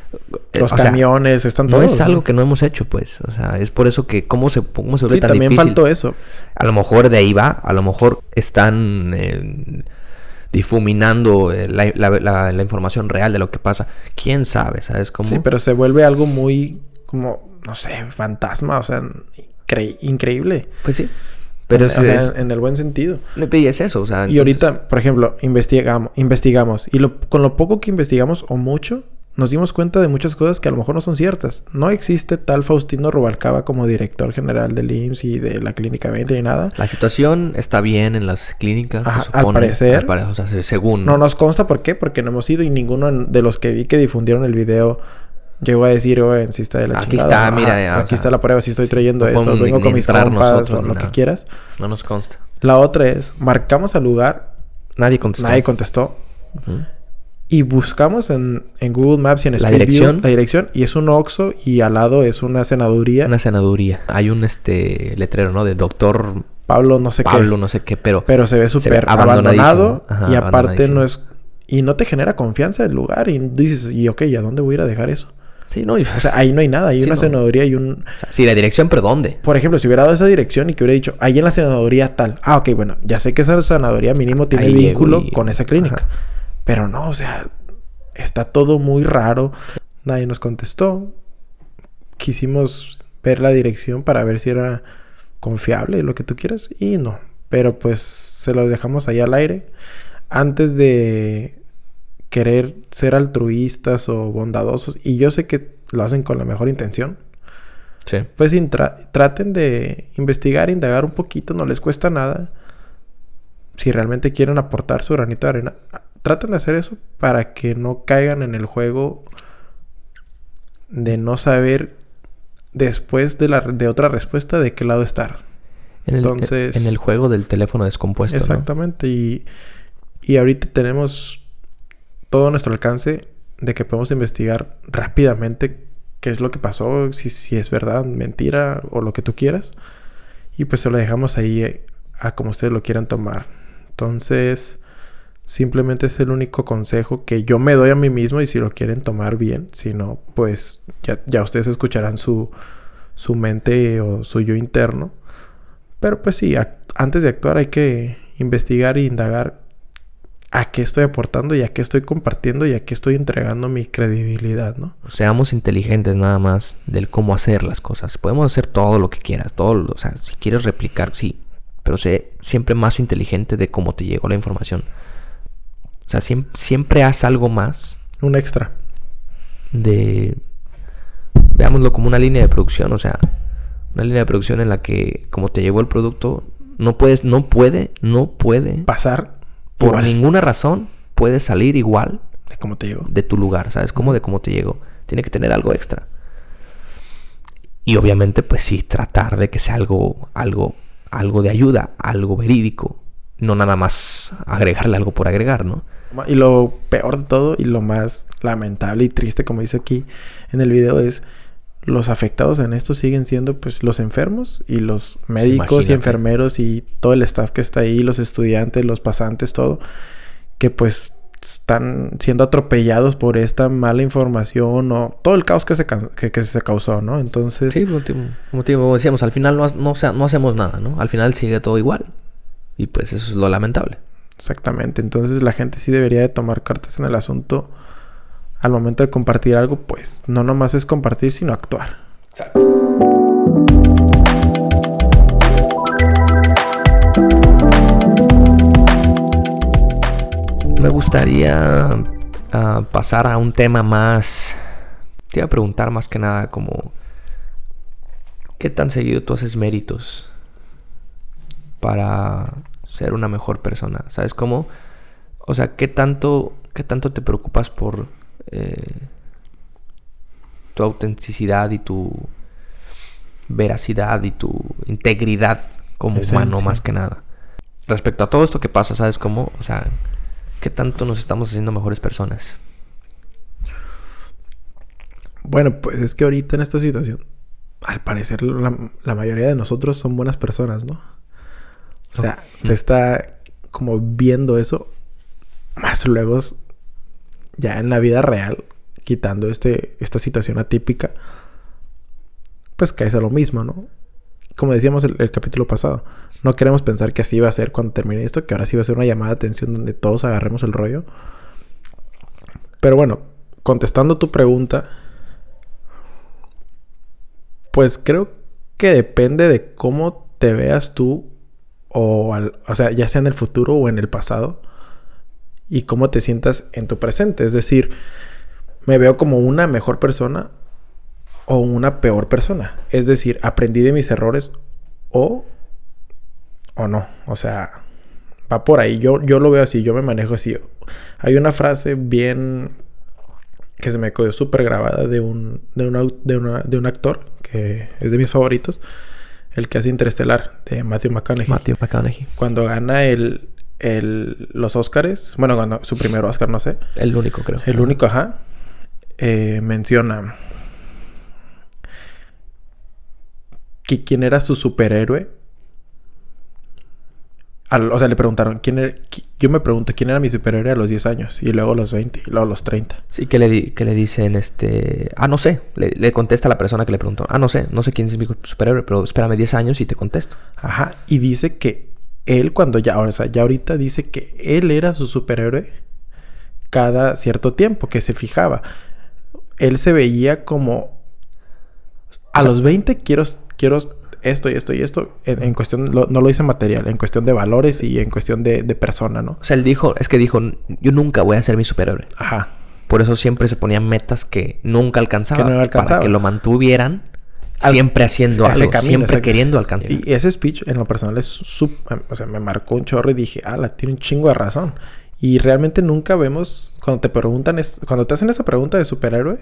Los camiones, sea, están todos. No es algo ¿no? que no hemos hecho, pues. O sea, es por eso que... ¿Cómo se, cómo se ve sí, tan también difícil? Faltó eso. A lo mejor de ahí va. A lo mejor están... Eh, difuminando la, la, la, la información real de lo que pasa. ¿Quién sabe? ¿Sabes cómo? Sí, pero se vuelve algo muy... Como... No sé... Fantasma. O sea... Incre- increíble. Pues sí. Pero en, es, o sea, es, en el buen sentido. Y es eso. O sea, entonces... Y ahorita, por ejemplo... Investigamos. Investigamos. Y lo, con lo poco que investigamos... O mucho... Nos dimos cuenta de muchas cosas que a lo mejor no son ciertas. No existe tal Faustino Rubalcaba como director general del I M S S y de la Clínica veinte ni nada. La situación está bien en las clínicas, Ajá, se supone. Al parecer. Al parecer, o sea, según... No nos consta por qué, porque no hemos ido y ninguno de los que vi que difundieron el video llegó a decir, oye, sí está de la aquí chingada. Aquí está, mira. Ajá, aquí sea, está la prueba, si estoy trayendo no eso. Vengo ni, con ni mis compas nosotros, o lo nada. que quieras. No nos consta. La otra es, marcamos al lugar. Nadie contestó. Nadie contestó. Uh-huh. Y buscamos en, en Google Maps y en la Street dirección. View, la dirección. Y es un Oxxo y al lado es una senaduría. Una senaduría. Hay un este letrero, ¿no? De doctor... Pablo no sé Pablo, qué. Pablo no sé qué, pero... Pero se ve súper abandonado. Ajá, y aparte no es... Y no te genera confianza el lugar. Y dices, y ok, ¿a dónde voy a ir a dejar eso? Sí, no. Y... O sea, ahí no hay nada. Hay sí, una no. senaduría y un... O sea, sí, la dirección, pero ¿dónde? Por ejemplo, si hubiera dado esa dirección y que hubiera dicho, ahí en la senaduría tal. Ah, ok, bueno. Ya sé que esa senaduría mínimo tiene ahí vínculo y... con esa clínica. Ajá. Pero no, o sea... Está todo muy raro. Nadie nos contestó. Quisimos ver la dirección para ver si era confiable, lo que tú quieras. Y no. Pero pues se lo dejamos ahí al aire. Antes de querer ser altruistas o bondadosos. Y yo sé que lo hacen con la mejor intención. Sí. Pues tra- traten de investigar, indagar un poquito. No les cuesta nada. Si realmente quieren aportar su granito de arena, traten de hacer eso para que no caigan en el juego de no saber después de la de otra respuesta de qué lado estar. En el, Entonces, en el juego del teléfono descompuesto. Exactamente. ¿no? Y, y ahorita tenemos todo a nuestro alcance de que podemos investigar rápidamente qué es lo que pasó, si, si es verdad, mentira o lo que tú quieras. Y pues se lo dejamos ahí a como ustedes lo quieran tomar. Entonces, simplemente es el único consejo que yo me doy a mí mismo y si lo quieren tomar bien, si no, pues ya, ya ustedes escucharán su, su mente o su yo interno. Pero pues sí, a, antes de actuar hay que investigar e indagar a qué estoy aportando y a qué estoy compartiendo y a qué estoy entregando mi credibilidad, ¿no? Seamos inteligentes nada más del cómo hacer las cosas. Podemos hacer todo lo que quieras, todo, o sea, si quieres replicar, sí. Pero sé siempre más inteligente de cómo te llegó la información. O sea, siempre, siempre haz algo más. Un extra. De... Veámoslo como una línea de producción. O sea, una línea de producción en la que, como te llegó el producto, no puedes, no puede, no puede... Pasar. Por igual. ninguna razón puede salir igual... De cómo te llegó. De tu lugar, ¿sabes? Como de cómo te llegó. Tiene que tener algo extra. Y obviamente, pues sí, tratar de que sea algo... algo algo de ayuda, algo verídico, no nada más agregarle algo por agregar, ¿no? Y lo peor de todo y lo más lamentable y triste, como dice aquí en el video, es los afectados en esto siguen siendo pues los enfermos y los médicos Imagínate. y enfermeros y todo el staff que está ahí, los estudiantes, los pasantes, todo, que pues están siendo atropellados por esta mala información o todo el caos que se, que, que se causó, ¿no? Entonces... Sí, como, como, como decíamos, al final no, no, no hacemos nada, ¿no? Al final sigue todo igual. Y pues eso es lo lamentable. Exactamente. Entonces la gente sí debería de tomar cartas en el asunto al momento de compartir algo, pues no nomás es compartir, sino actuar. Exacto. Me gustaría uh, pasar a un tema más... Te iba a preguntar más que nada como... ¿Qué tan seguido tú haces méritos para ser una mejor persona? ¿Sabes cómo? O sea, ¿qué tanto, qué tanto te preocupas por eh, tu autenticidad y tu veracidad y tu integridad como Esencia. humano más que nada? Respecto a todo esto que pasa, ¿sabes cómo? O sea... ¿Qué tanto nos estamos haciendo mejores personas? Bueno, pues es que ahorita en esta situación, al parecer la, la mayoría de nosotros son buenas personas, ¿no? O sea, oh. se está como viendo eso. Más luego, ya en la vida real, quitando este, esta situación atípica, pues caes a lo mismo, ¿no? Como decíamos el, el capítulo pasado, no queremos pensar que así va a ser cuando termine esto, que ahora sí va a ser una llamada de atención donde todos agarremos el rollo. Pero bueno, contestando tu pregunta, pues creo que depende de cómo te veas tú, o, al, o sea, ya sea en el futuro o en el pasado, y cómo te sientas en tu presente. Es decir, me veo como una mejor persona o una peor persona. Es decir, aprendí de mis errores o, o no. O sea, va por ahí. Yo, yo lo veo así, yo me manejo así. Hay una frase bien que se me quedó súper grabada de un, de, una, de, una, de un actor que es de mis favoritos, el que hace Interestelar, de Matthew McConaughey. Matthew McConaughey. Cuando gana el, el, los Óscares, bueno, cuando su primer Óscar, no sé. El único, creo. El único, ajá. Eh, menciona que quién era su superhéroe. Al, o sea, le preguntaron, ¿quién era? Yo me pregunto, ¿quién era mi superhéroe a los diez años? Y luego a los veinte, y luego a los treinta. Sí, que le, di, que le dicen, este... Ah, no sé. Le, le contesta a la persona que le preguntó. Ah, no sé. No sé quién es mi superhéroe, pero espérame diez años y te contesto. Ajá. Y dice que él cuando ya... O sea, ya ahorita dice que él era su superhéroe cada cierto tiempo, que se fijaba. Él se veía como... A o sea, los veinte quiero... quiero esto y esto y esto, en, en cuestión, lo, no lo dice material, en cuestión de valores y en cuestión de, de persona, ¿no? O sea, él dijo, es que dijo, yo nunca voy a ser mi superhéroe. Ajá. Por eso siempre se ponían metas que nunca alcanzaba. Que no alcanzaba. Para que lo mantuvieran Al, siempre haciendo algo, camino, siempre queriendo alcanzar. Y ese speech, en lo personal, es sub, o sea, me marcó un chorro y dije, ah, la tiene un chingo de razón. Y realmente nunca vemos, cuando te preguntan, es, cuando te hacen esa pregunta de superhéroe,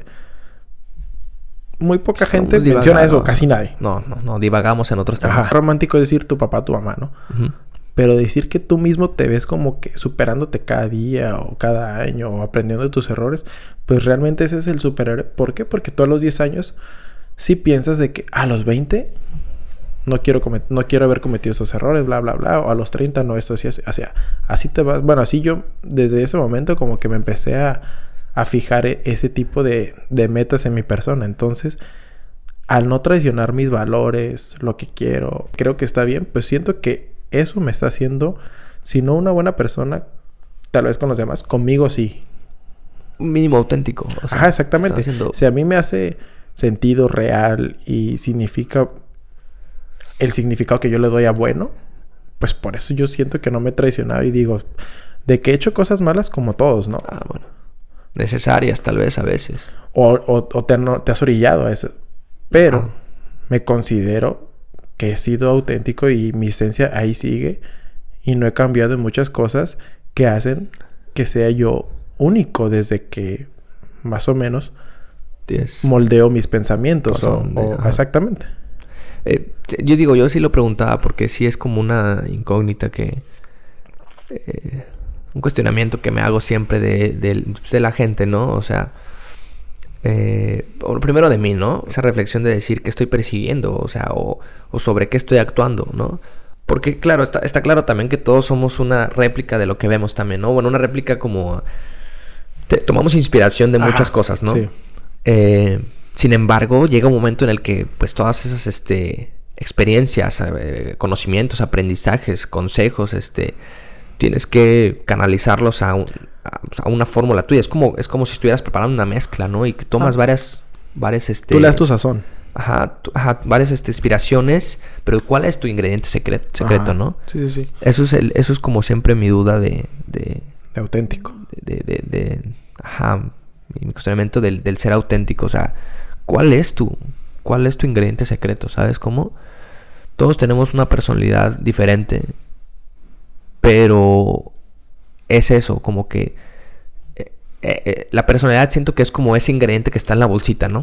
muy poca Estamos gente menciona eso, casi nadie. No, no, no, divagamos en otros temas. Ajá. Romántico es decir tu papá, tu mamá, ¿no? Uh-huh. Pero decir que tú mismo te ves como que superándote cada día o cada año o aprendiendo de tus errores, pues realmente ese es el superhéroe. ¿Por qué? Porque tú a los diez años sí piensas de que a los veinte no quiero comet- no quiero haber cometido esos errores, bla, bla, bla. O a los treinta no, esto sí es... O sea, así te vas... Bueno, así yo desde ese momento como que me empecé a... a fijar ese tipo de, de metas en mi persona. Entonces, al no traicionar mis valores, lo que quiero, creo que está bien, pues siento que eso me está haciendo, si no una buena persona, tal vez con los demás, conmigo sí. Un mínimo auténtico. O sea, ajá, exactamente. Haciendo... Si a mí me hace sentido real y significa el significado que yo le doy a bueno, pues por eso yo siento que no me he traicionado y digo, de que he hecho cosas malas como todos, ¿no? Ah, bueno. Necesarias tal vez a veces. O, o, o te, no, te has orillado a eso. Pero ah. me considero que he sido auténtico y mi esencia ahí sigue. Y no he cambiado en muchas cosas que hacen que sea yo único desde que más o menos Tienes moldeo mis pensamientos. O, de, o, exactamente. Eh, yo digo, yo sí lo preguntaba porque sí es como una incógnita que... Eh, un cuestionamiento que me hago siempre de, de, de la gente, ¿no? O sea, eh, primero de mí, ¿no? Esa reflexión de decir qué estoy persiguiendo, o sea, o, o sobre qué estoy actuando, ¿no? Porque, claro, está, está claro también que todos somos una réplica de lo que vemos también, ¿no? Bueno, una réplica como te, tomamos inspiración de Ajá, muchas cosas, ¿no? Sí. Eh, sin embargo, llega un momento en el que, pues, todas esas, este, experiencias, eh, conocimientos, aprendizajes, consejos, este, tienes que canalizarlos a, un, a, a una fórmula tuya. Es como, es como si estuvieras preparando una mezcla, ¿no? Y que tomas ah. varias, varias, este... Tú le das tu sazón. Ajá, tu, ajá, varias este, inspiraciones, pero ¿cuál es tu ingrediente secreto, secreto ¿no? Sí, sí, sí. Eso es, el, eso es como siempre mi duda de... De, de auténtico. De, de, de, de, ajá, mi cuestionamiento del, del ser auténtico. O sea, ¿cuál es tu, cuál es tu ingrediente secreto? ¿Sabes cómo? Todos tenemos una personalidad diferente, pero es eso, como que... Eh, eh, la personalidad siento que es como ese ingrediente que está en la bolsita, ¿no?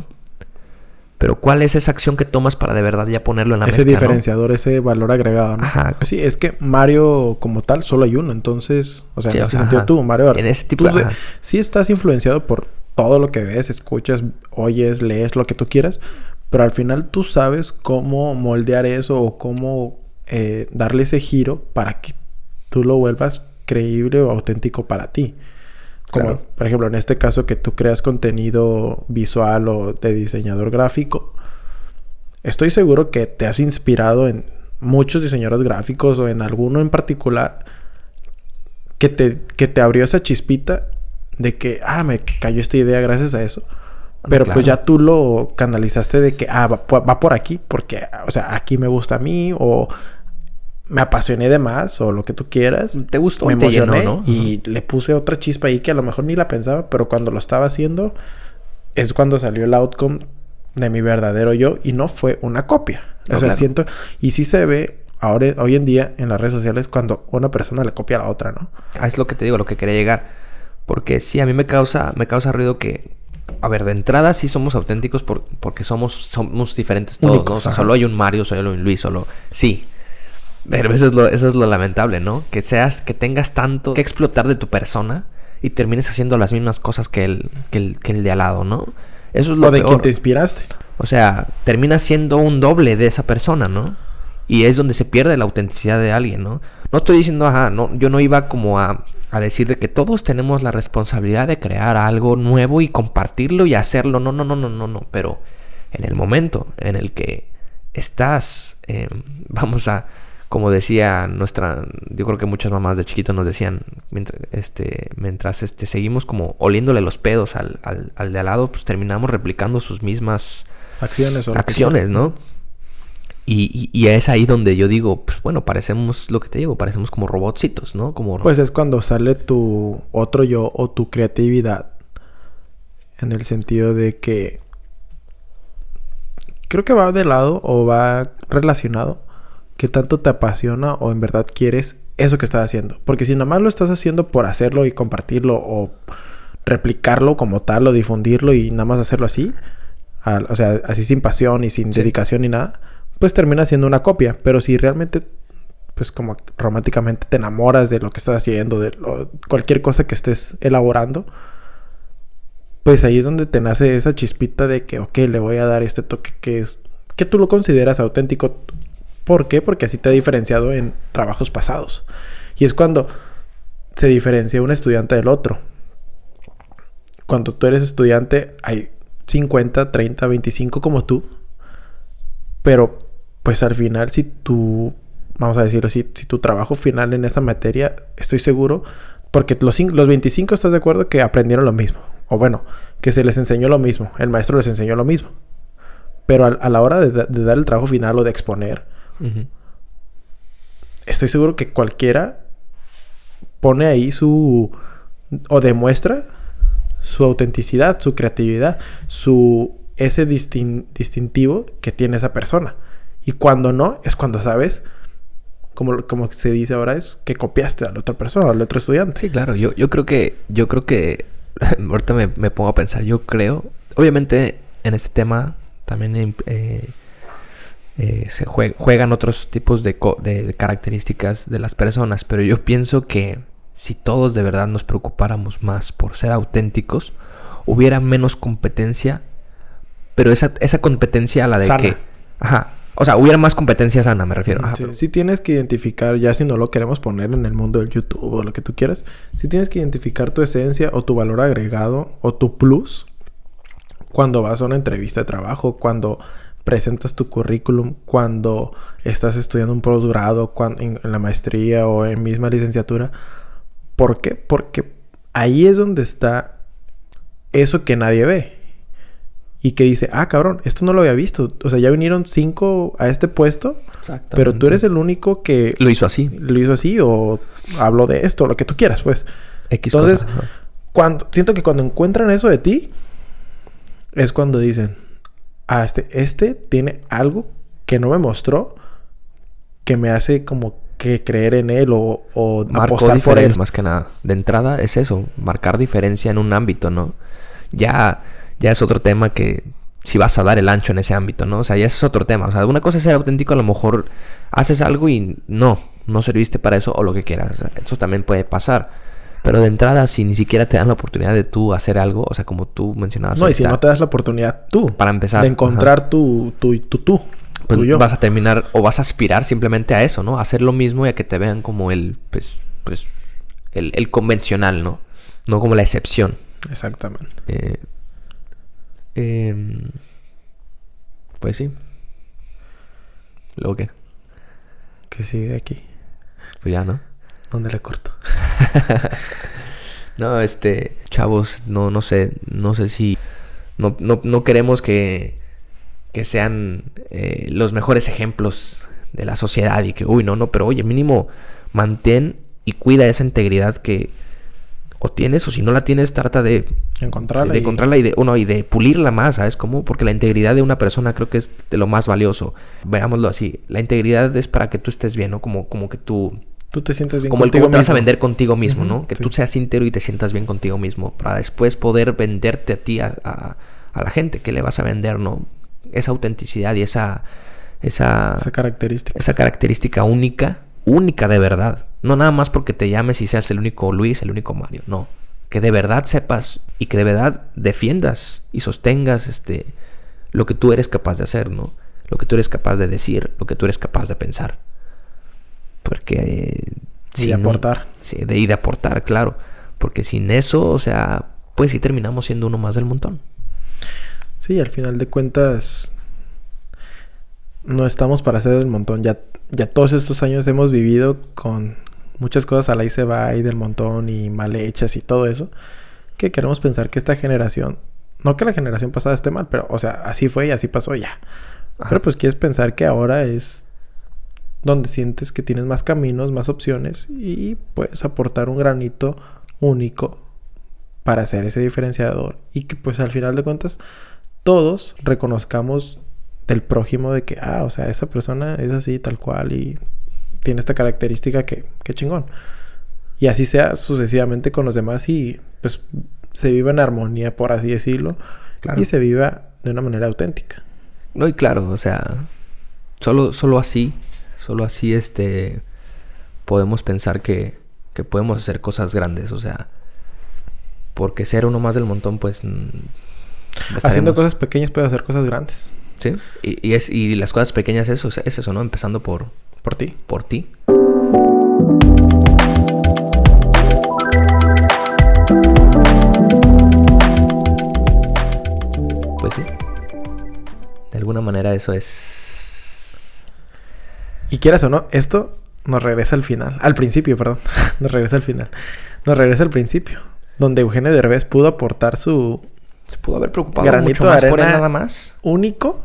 Pero ¿cuál es esa acción que tomas para de verdad ya ponerlo en la ese mezcla, Ese diferenciador, ¿no? Ese valor agregado, ¿no? Ajá. Pues sí, es que Mario como tal solo hay uno. Entonces, o sea, sí, en o ese sea, sentido ajá. tú, Mario... En ese tipo de... Sí estás influenciado por todo lo que ves, escuchas, oyes, lees, lo que tú quieras. Pero al final tú sabes cómo moldear eso o cómo eh, darle ese giro para que tú lo vuelvas creíble o auténtico para ti. Como, claro. Por ejemplo, en este caso que tú creas contenido visual o de diseñador gráfico... Estoy seguro que te has inspirado en muchos diseñadores gráficos o en alguno en particular que te, que te abrió esa chispita de que, ah, me cayó esta idea gracias a eso. Pero claro. Pues ya tú lo canalizaste de que, ah, va, va por aquí porque, o sea, aquí me gusta a mí o me apasioné de más o lo que tú quieras. Te gustó, me te emocioné llenó, ¿no? Y uh-huh. le puse otra chispa ahí que a lo mejor ni la pensaba, pero cuando lo estaba haciendo es cuando salió el outcome de mi verdadero yo y no fue una copia. No, o sea, claro. siento... Y sí se ve ahora, hoy en día en las redes sociales cuando una persona le copia a la otra, ¿no? Ah, es lo que te digo, lo que quería llegar. Porque sí, a mí me causa, me causa ruido que... A ver, de entrada sí somos auténticos por, porque somos, somos diferentes todos, Únicos, ¿no? O sea, ajá. solo hay un Mario, solo hay un Luis, solo... Sí. Pero eso es lo, eso es lo lamentable, ¿no? Que seas... Que tengas tanto que explotar de tu persona y termines haciendo las mismas cosas que el, que el, que el de al lado, ¿no? Eso es lo o de peor. quien te inspiraste. O sea, termina siendo un doble de esa persona, ¿no? Y es donde se pierde la autenticidad de alguien, ¿no? No estoy diciendo, ajá, no, yo no iba como a, a decir de que todos tenemos la responsabilidad de crear algo nuevo y compartirlo y hacerlo. No, no, no, no, no, no. Pero en el momento en el que estás, eh, vamos a... Como decía nuestra... Yo creo que muchas mamás de chiquitos nos decían... Mientras, este, mientras este, seguimos como oliéndole los pedos al, al, al de al lado... Pues terminamos replicando sus mismas... Acciones. O acciones, ¿no? Y, y, y es ahí donde yo digo... Pues bueno, parecemos... Lo que te digo... Parecemos como robotcitos, ¿no? Como... Pues es cuando sale tu otro yo... O tu creatividad. En el sentido de que... Creo que va de lado... O va relacionado... ¿Qué tanto te apasiona o en verdad quieres eso que estás haciendo? Porque si nada más lo estás haciendo por hacerlo y compartirlo o replicarlo como tal o difundirlo y nada más hacerlo así, al, o sea, así sin pasión y sin sí. dedicación ni nada, pues termina siendo una copia. Pero si realmente, pues como románticamente te enamoras de lo que estás haciendo, de lo, cualquier cosa que estés elaborando, pues ahí es donde te nace esa chispita de que, ok, le voy a dar este toque que es, que tú lo consideras auténtico. ¿Por qué? Porque así te ha diferenciado en trabajos pasados. Y es cuando se diferencia un estudiante del otro. Cuando tú eres estudiante, hay cincuenta, treinta, veinticinco como tú. Pero, pues al final, si tú, vamos a decirlo así, si tu trabajo final en esa materia, estoy seguro, porque los, los veinticinco estás de acuerdo que aprendieron lo mismo. O bueno, que se les enseñó lo mismo. El maestro les enseñó lo mismo. Pero a, a la hora de, de dar el trabajo final o de exponer, Uh-huh. estoy seguro que cualquiera pone ahí su... o demuestra su autenticidad, su creatividad, su... ese distin, distintivo que tiene esa persona. Y cuando no, es cuando sabes, como, como se dice ahora, es que copiaste a la otra persona, al otro estudiante. Sí, claro. Yo, yo creo que... Yo creo que... ahorita me, me pongo a pensar. Yo creo... Obviamente, en este tema también... Eh, Eh, se jue- juegan otros tipos de, co- de características de las personas, pero yo pienso que si todos de verdad nos preocupáramos más por ser auténticos, hubiera menos competencia, pero esa, esa competencia a la de sana. que, ajá, O sea, hubiera más competencia sana, me refiero. Ajá, sí, pero... sí tienes que identificar, ya si no lo queremos poner en el mundo del YouTube o lo que tú quieras, sí tienes que identificar tu esencia o tu valor agregado o tu plus cuando vas a una entrevista de trabajo, cuando presentas tu currículum, cuando estás estudiando un posgrado, cuando en, en la maestría o en misma licenciatura. ¿Por qué? Porque ahí es donde está eso que nadie ve. Y que dice, ah, cabrón, esto no lo había visto. O sea, ya vinieron cinco a este puesto. Exactamente. Pero tú eres el único que... Lo hizo así. Lo hizo así o habló de esto, lo que tú quieras, pues. X Entonces, cosas, ajá. cuando... Siento que cuando encuentran eso de ti, es cuando dicen, ah, este, este tiene algo que no me mostró, que me hace como que creer en él o, o apostar por él. Más que nada. De entrada es eso, marcar diferencia en un ámbito, ¿no? Ya... Ya es otro tema que si vas a dar el ancho en ese ámbito, ¿no? O sea, ya es otro tema. O sea, una cosa es ser auténtico, a lo mejor haces algo y no, no serviste para eso o lo que quieras. O sea, eso también puede pasar. Pero de entrada, si ni siquiera te dan la oportunidad de tú hacer algo, o sea, como tú mencionabas. No, ahorita, y si no te das la oportunidad tú. Para empezar. De encontrar tu, tu, tu, tú. Pues tu yo. vas a terminar o vas a aspirar simplemente a eso, ¿no? A hacer lo mismo y a que te vean como el, pues, pues, el, el convencional, ¿no? No como la excepción. Exactamente. Eh... Eh, pues sí. ¿Luego qué? Que sigue aquí. Pues ya, ¿no? ¿Dónde le corto? No, este... Chavos, no, no sé. No sé si... No, no, no queremos que... Que sean... Eh, los mejores ejemplos de la sociedad. Y que... Uy, no, no. Pero oye, mínimo... Mantén y cuida esa integridad que... O tienes, o si no la tienes, trata de encontrarla, de, de y... encontrarla y de uno y de pulirla más, ¿sabes cómo? Porque la integridad de una persona creo que es de lo más valioso. Veámoslo así, la integridad es para que tú estés bien, ¿no? Como, como que tú... Tú te sientes bien como el cómo te mismo. vas a vender contigo mismo, uh-huh, ¿no? Que sí. tú seas íntegro y te sientas bien contigo mismo. Para después poder venderte a ti, a, a, a la gente que le vas a vender, ¿no? Esa autenticidad y esa... Esa, esa característica. Esa característica única, única de verdad. No nada más porque te llames y seas el único Luis, el único Mario, no. Que de verdad sepas y que de verdad defiendas y sostengas este lo que tú eres capaz de hacer, ¿no? Lo que tú eres capaz de decir, lo que tú eres capaz de pensar. Porque... Eh, y de no, aportar. Sí, de, y de aportar, claro. Porque sin eso, o sea, pues sí terminamos siendo uno más del montón. Sí, al final de cuentas... No estamos para ser el montón. Ya, ya todos estos años hemos vivido con... Muchas cosas a la y se va y del montón y mal hechas y todo eso. Que queremos pensar que esta generación... No que la generación pasada esté mal, pero... O sea, así fue y así pasó ya. Ajá. Pero pues quieres pensar que ahora es... Donde sientes que tienes más caminos, más opciones. Y puedes aportar un granito único para ser ese diferenciador. Y que pues al final de cuentas... Todos reconozcamos del prójimo de que... Ah, o sea, esa persona es así, tal cual y... Tiene esta característica que, que chingón. Y así sea sucesivamente con los demás y pues se viva en armonía, por así decirlo. Claro. Y se viva de una manera auténtica. No, y claro, o sea, solo, solo así, solo así este podemos pensar que, que podemos hacer cosas grandes, o sea, porque ser uno más del montón, pues estaremos... Haciendo cosas pequeñas puedes hacer cosas grandes. Sí, y, y es y las cosas pequeñas eso, es eso, ¿no? Empezando por Por ti. Por ti. Pues sí. De alguna manera eso es... Y quieras o no, esto nos regresa al final. Al principio, perdón. Nos regresa al final. Nos regresa al principio. Donde Eugenio Derbez pudo aportar su... Se pudo haber preocupado mucho más por él nada más. Único.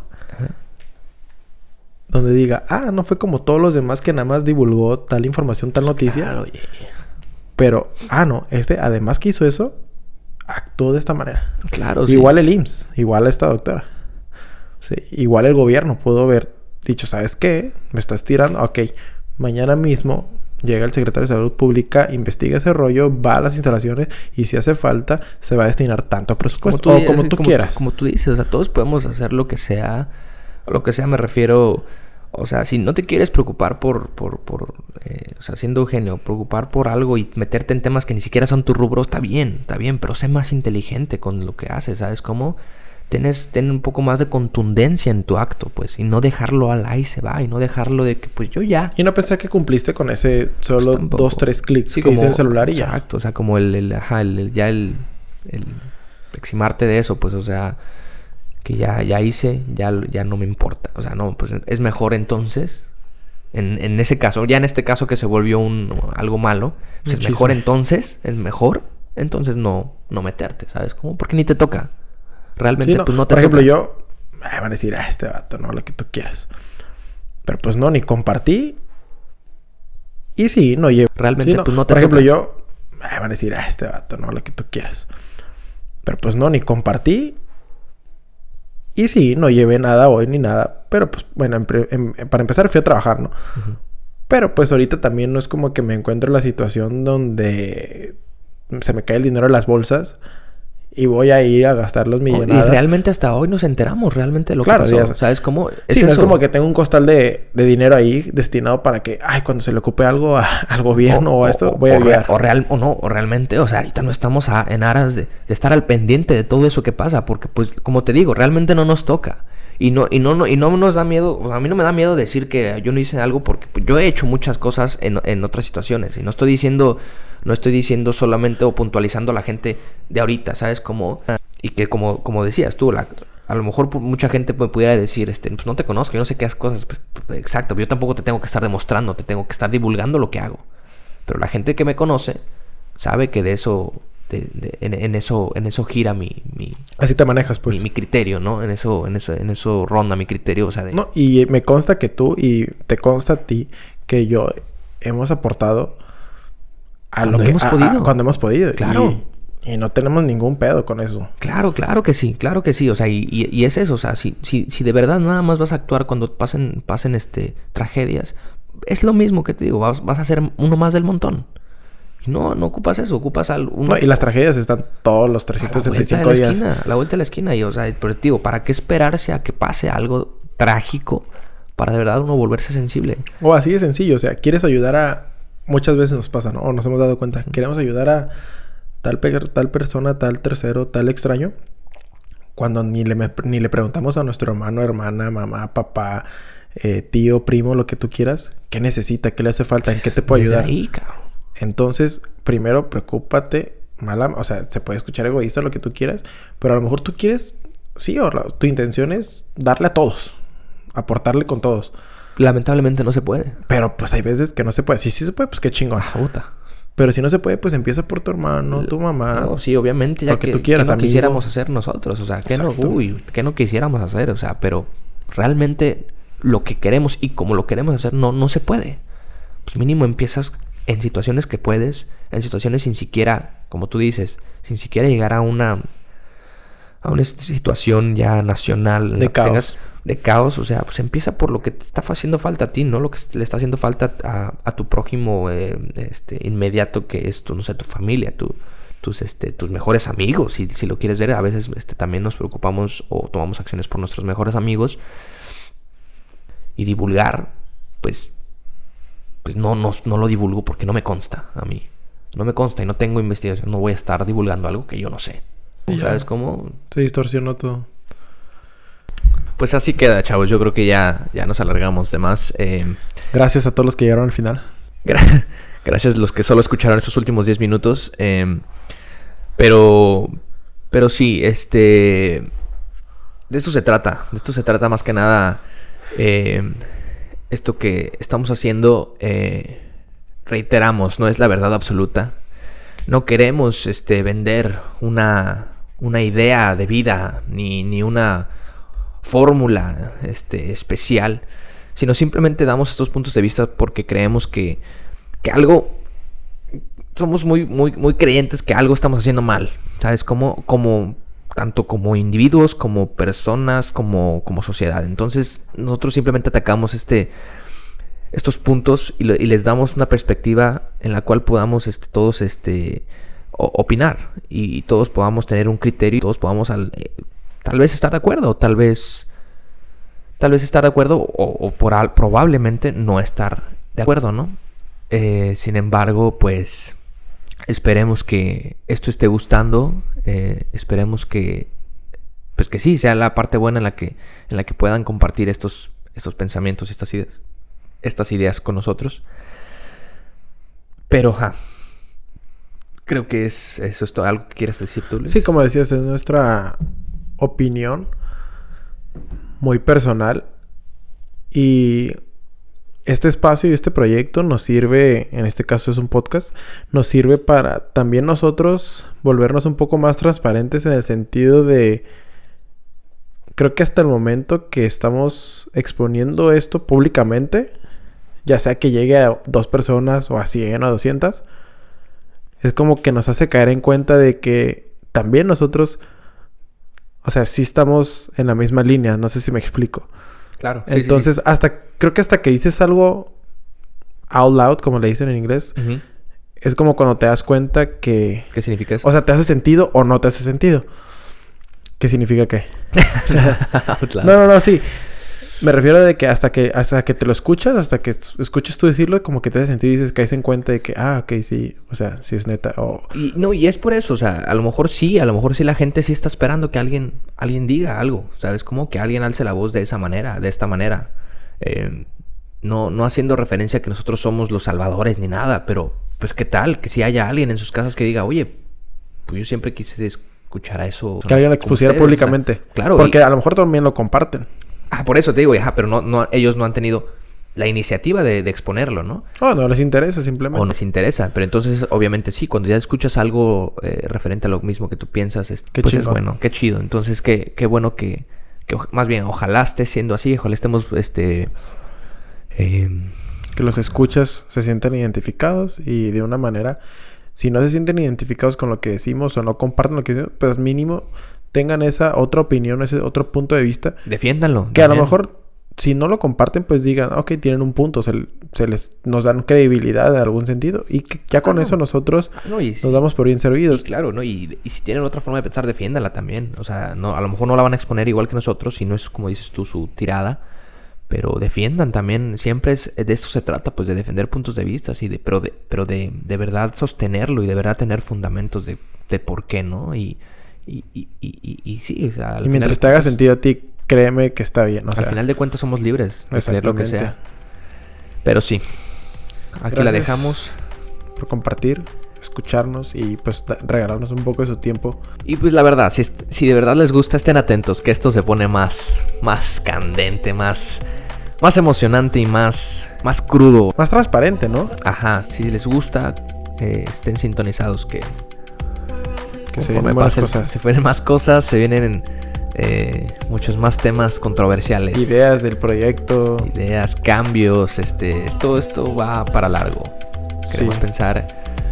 Donde diga, ah, no fue como todos los demás que nada más divulgó tal información, tal noticia. Claro, yeah. Pero, ah, no, este, además que hizo eso, actuó de esta manera. Claro, igual sí. el I M S S, igual esta doctora. Sí, igual el gobierno pudo haber dicho, ¿sabes qué? Me estás tirando. Ok, mañana mismo llega el secretario de Salud Pública, investiga ese rollo, va a las instalaciones y si hace falta, se va a destinar tanto presupuesto. Como tú, o como tú como quieras. Tú, como tú dices, o sea, todos podemos hacer lo que sea. Lo que sea me refiero... O sea, si no te quieres preocupar por... por, por eh, o sea, siendo Eugenio, preocupar por algo y meterte en temas que ni siquiera son tu rubro, está bien, está bien. Pero sé más inteligente con lo que haces, ¿sabes cómo? Tienes, ten un poco más de contundencia en tu acto, pues. Y no dejarlo al ahí se va. Y no dejarlo de que, pues, yo ya. Y no pensar que cumpliste con ese solo pues dos, tres clics sí, que como, hice el celular y ya. Exacto. O sea, como el... el ajá, el, el, ya el... el eximarte de eso, pues, o sea... Que ya, ya hice, ya, ya no me importa. O sea, no, pues, es mejor entonces... En, en ese caso, ya en este caso que se volvió un... algo malo. Pues es mejor entonces... Es mejor... Entonces no... No meterte, ¿sabes cómo? Porque ni te toca. Realmente, sí, no. pues no te Por ejemplo, toca. yo... Ay, van a decir, ah, este vato, no, lo que tú quieras. Pero pues no, ni compartí. Y sí, no llevo. Realmente, sí, no. pues no te Por ejemplo, toca. yo... Ay, van a decir, ah, este vato, no, lo que tú quieras. Pero pues no, ni compartí. Y sí, no llevé nada hoy ni nada. Pero pues, bueno, en, en, para empezar fui a trabajar, ¿no? Uh-huh. Pero pues ahorita también no es como que me encuentro en la situación donde se me cae el dinero de las bolsas y voy a ir a gastar los millonadas. Y realmente hasta hoy nos enteramos realmente de lo claro, que pasó. Ya, ¿Sabes cómo? Es sí, eso. No es como que tengo un costal de, de dinero ahí destinado para que, ay, cuando se le ocupe algo a, al gobierno o, o a esto, o, voy a ayudar. O, real, o no, o realmente, o sea, ahorita no estamos a, en aras de, de estar al pendiente de todo eso que pasa. Porque, pues, como te digo, realmente no nos toca. Y no, y no, no, y no nos da miedo, o sea, a mí no me da miedo decir que yo no hice algo porque yo he hecho muchas cosas en, en otras situaciones. Y no estoy diciendo, no estoy diciendo solamente o puntualizando a la gente de ahorita, ¿sabes? Como, y que como, como decías tú, la, a lo mejor mucha gente me pudiera decir, este, pues no te conozco, yo no sé qué haces cosas. Exacto, yo tampoco te tengo que estar demostrando, te tengo que estar divulgando lo que hago. Pero la gente que me conoce sabe que de eso... De, de, en, en eso en eso gira mi, mi así te manejas pues mi, mi criterio, ¿no? En eso en eso en eso ronda mi criterio, o sea, de... no, y me consta que tú y te consta a ti que yo hemos aportado a cuando lo que hemos a, podido a, cuando hemos podido, claro, y, y no tenemos ningún pedo con eso. Claro, claro que sí, claro que sí, o sea, y, y, y es eso, o sea, si, si si de verdad nada más vas a actuar cuando pasen pasen este tragedias, es lo mismo que te digo, vas, vas a ser uno más del montón. No, no ocupas eso, ocupas algo. No, y las tragedias están todos los trescientos setenta y cinco a la días. Esquina, a la vuelta de la esquina. Y, o sea, pero digo, ¿para qué esperarse a que pase algo trágico para de verdad uno volverse sensible? O así de sencillo, o sea, quieres ayudar a... Muchas veces nos pasa, ¿no? O nos hemos dado cuenta. Uh-huh. Queremos ayudar a tal, pe- tal persona, tal tercero, tal extraño. Cuando ni le, me- ni le preguntamos a nuestro hermano, hermana, mamá, papá, eh, tío, primo, lo que tú quieras. ¿Qué necesita? ¿Qué le hace falta? ¿En qué te puedo Desde ayudar? Ahí, cabrón. Entonces, primero, preocúpate. Mala, o sea, se puede escuchar egoísta lo que tú quieras, pero a lo mejor tú quieres, sí, o la, tu intención es darle a todos, aportarle con todos. Lamentablemente no se puede. Pero pues hay veces que no se puede. Si sí se puede, pues qué chingón. Ah, puta. Pero si no se puede, pues empieza por tu hermano, tu mamá. No, sí, obviamente, ya que, tú quieras, que no amigo. quisiéramos hacer nosotros, o sea, que no, uy, que no quisiéramos hacer, o sea, pero realmente lo que queremos y como lo queremos hacer no, no se puede. Pues mínimo empiezas en situaciones que puedes, en situaciones sin siquiera, como tú dices, sin siquiera llegar a una a una situación ya nacional de caos. Tengas, de caos, o sea, pues empieza por lo que te está haciendo falta a ti, no lo que le está haciendo falta a, a tu prójimo eh, este inmediato, que es tu, no sé, tu familia, tu, tus este tus mejores amigos, si, si lo quieres ver. A veces este también nos preocupamos o tomamos acciones por nuestros mejores amigos, y divulgar, pues pues no, no, no lo divulgo porque no me consta a mí. No me consta y no tengo investigación. No voy a estar divulgando algo que yo no sé. Sí, ¿sabes cómo? Se distorsionó todo. Pues así queda, chavos. Yo creo que ya, ya nos alargamos de más. Eh, Gracias a todos los que llegaron al final. Gra- gracias a los que solo escucharon esos últimos diez minutos. Eh, pero, pero sí, este... De esto se trata. De esto se trata más que nada... Eh, Esto que estamos haciendo, eh, reiteramos, no es la verdad absoluta. No queremos este, vender una, una idea de vida, ni, ni una fórmula este, especial, sino simplemente damos estos puntos de vista porque creemos que, que algo... Somos muy, muy, muy creyentes que algo estamos haciendo mal, ¿sabes? Como... como tanto como individuos, como personas, como, como sociedad. Entonces nosotros simplemente atacamos este, estos puntos y, lo, y les damos una perspectiva en la cual podamos este, todos este, o, opinar y, y todos podamos tener un criterio y todos podamos al, eh, tal vez estar de acuerdo, tal vez tal vez estar de acuerdo o, o por al, probablemente no estar de acuerdo, ¿no? Eh, sin embargo, pues esperemos que esto esté gustando. Eh, esperemos que pues que sí, sea la parte buena en la que, en la que puedan compartir estos, estos pensamientos, estas ideas, estas ideas con nosotros. Pero, ja, creo que es eso es todo. ¿Algo que quieras decir tú, Luis? Sí, como decías, es nuestra opinión muy personal. Y este espacio y este proyecto nos sirve, en este caso es un podcast, nos sirve para también nosotros volvernos un poco más transparentes en el sentido de... Creo que hasta el momento que estamos exponiendo esto públicamente, ya sea que llegue a dos personas o a cien o a doscientas, es como que nos hace caer en cuenta de que también nosotros, o sea, sí estamos en la misma línea, no sé si me explico. Claro. Sí, Entonces, sí, sí. hasta creo que hasta que dices algo out loud, como le dicen en inglés, uh-huh. es como cuando te das cuenta que... ¿Qué significa eso? O sea, ¿te hace sentido o no te hace sentido? ¿Qué significa qué? no, no, no, sí. Me refiero de que hasta que hasta que te lo escuchas, hasta que escuches tú decirlo, como que te hace sentido y dices, caes en cuenta de que, ah, ok, sí, o sea, sí es neta. O... Y, no, y es por eso, o sea, a lo mejor sí, a lo mejor sí la gente sí está esperando que alguien, alguien diga algo, ¿sabes? Como que alguien alce la voz de esa manera, de esta manera. Eh, no, no haciendo referencia a que nosotros somos los salvadores ni nada, pero pues qué tal, que si haya alguien en sus casas que diga, oye, pues yo siempre quise escuchar a eso. Que alguien lo expusiera públicamente. O sea, claro. Porque y... a lo mejor también lo comparten. Ah, por eso te digo, ajá, pero no, no, ellos no han tenido la iniciativa de, de exponerlo, ¿no? Oh, no les interesa simplemente. O no les interesa, pero entonces obviamente sí, cuando ya escuchas algo eh, referente a lo mismo que tú piensas, es, qué pues chido. Es bueno, qué chido. Entonces qué, qué bueno que, que, más bien, ojalá esté siendo así, ojalá estemos, este... Eh... Que los escuchas se sienten identificados y de una manera, si no se sienten identificados con lo que decimos o no comparten lo que decimos, pues mínimo... tengan esa otra opinión, ese otro punto de vista. Defiéndanlo. Que también. A lo mejor, si no lo comparten, pues digan, ok, tienen un punto. Se, se les nos dan credibilidad en algún sentido. Y que ya con ah, no. eso nosotros no, y si, nos damos por bien servidos. Y claro, ¿no? Y, y si tienen otra forma de pensar, defiéndala también. O sea, no, a lo mejor no la van a exponer igual que nosotros, si no es, como dices tú, su tirada. Pero defiendan también. Siempre es, de esto se trata, pues, de defender puntos de vista. Y de, pero de, pero de, de verdad sostenerlo y de verdad tener fundamentos de, de por qué, ¿no? Y... Y, y, y, y, y sí, o sea... Al y mientras te haga sentido a ti, créeme que está bien. O sea, al final de cuentas somos libres de creer lo que sea. Pero sí. Aquí Gracias la dejamos. Por compartir, escucharnos y pues regalarnos un poco de su tiempo. Y pues la verdad, si, si de verdad les gusta, estén atentos, que esto se pone más, más candente, más, más emocionante y más, más crudo. Más transparente, ¿no? Ajá, si les gusta, eh, estén sintonizados que... Que se vienen más cosas. Se vienen más cosas, se vienen eh, muchos más temas controversiales. Ideas del proyecto. Ideas, cambios, este, esto, esto va para largo. Queremos sí. pensar...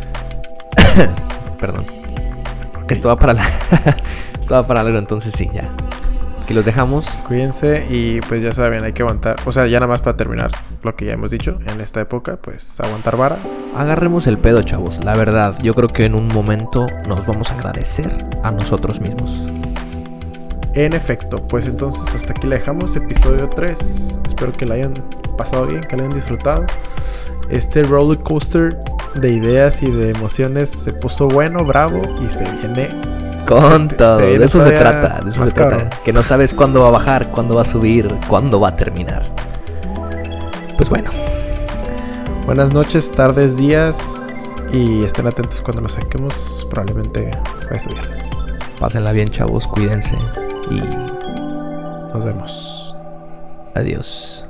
Perdón. Okay. Esto va para la... esto va para largo, entonces sí, ya. Aquí los dejamos. Cuídense y pues ya saben, hay que aguantar. O sea, ya nada más para terminar lo que ya hemos dicho. En esta época, pues aguantar vara. Agarremos el pedo, chavos. La verdad, yo creo que en un momento nos vamos a agradecer a nosotros mismos. En efecto, pues entonces hasta aquí la dejamos. Episodio tres. Espero que la hayan pasado bien, que la hayan disfrutado. Este roller coaster de ideas y de emociones se puso bueno, bravo y se viene... Con se, todo, se de eso se trata, de eso se trata. Que no sabes cuándo va a bajar, cuándo va a subir, cuándo va a terminar. Pues bueno. Buenas noches, tardes, días y estén atentos cuando lo saquemos, probablemente jueves o viernes. Pásenla bien, chavos, cuídense y nos vemos. Adiós.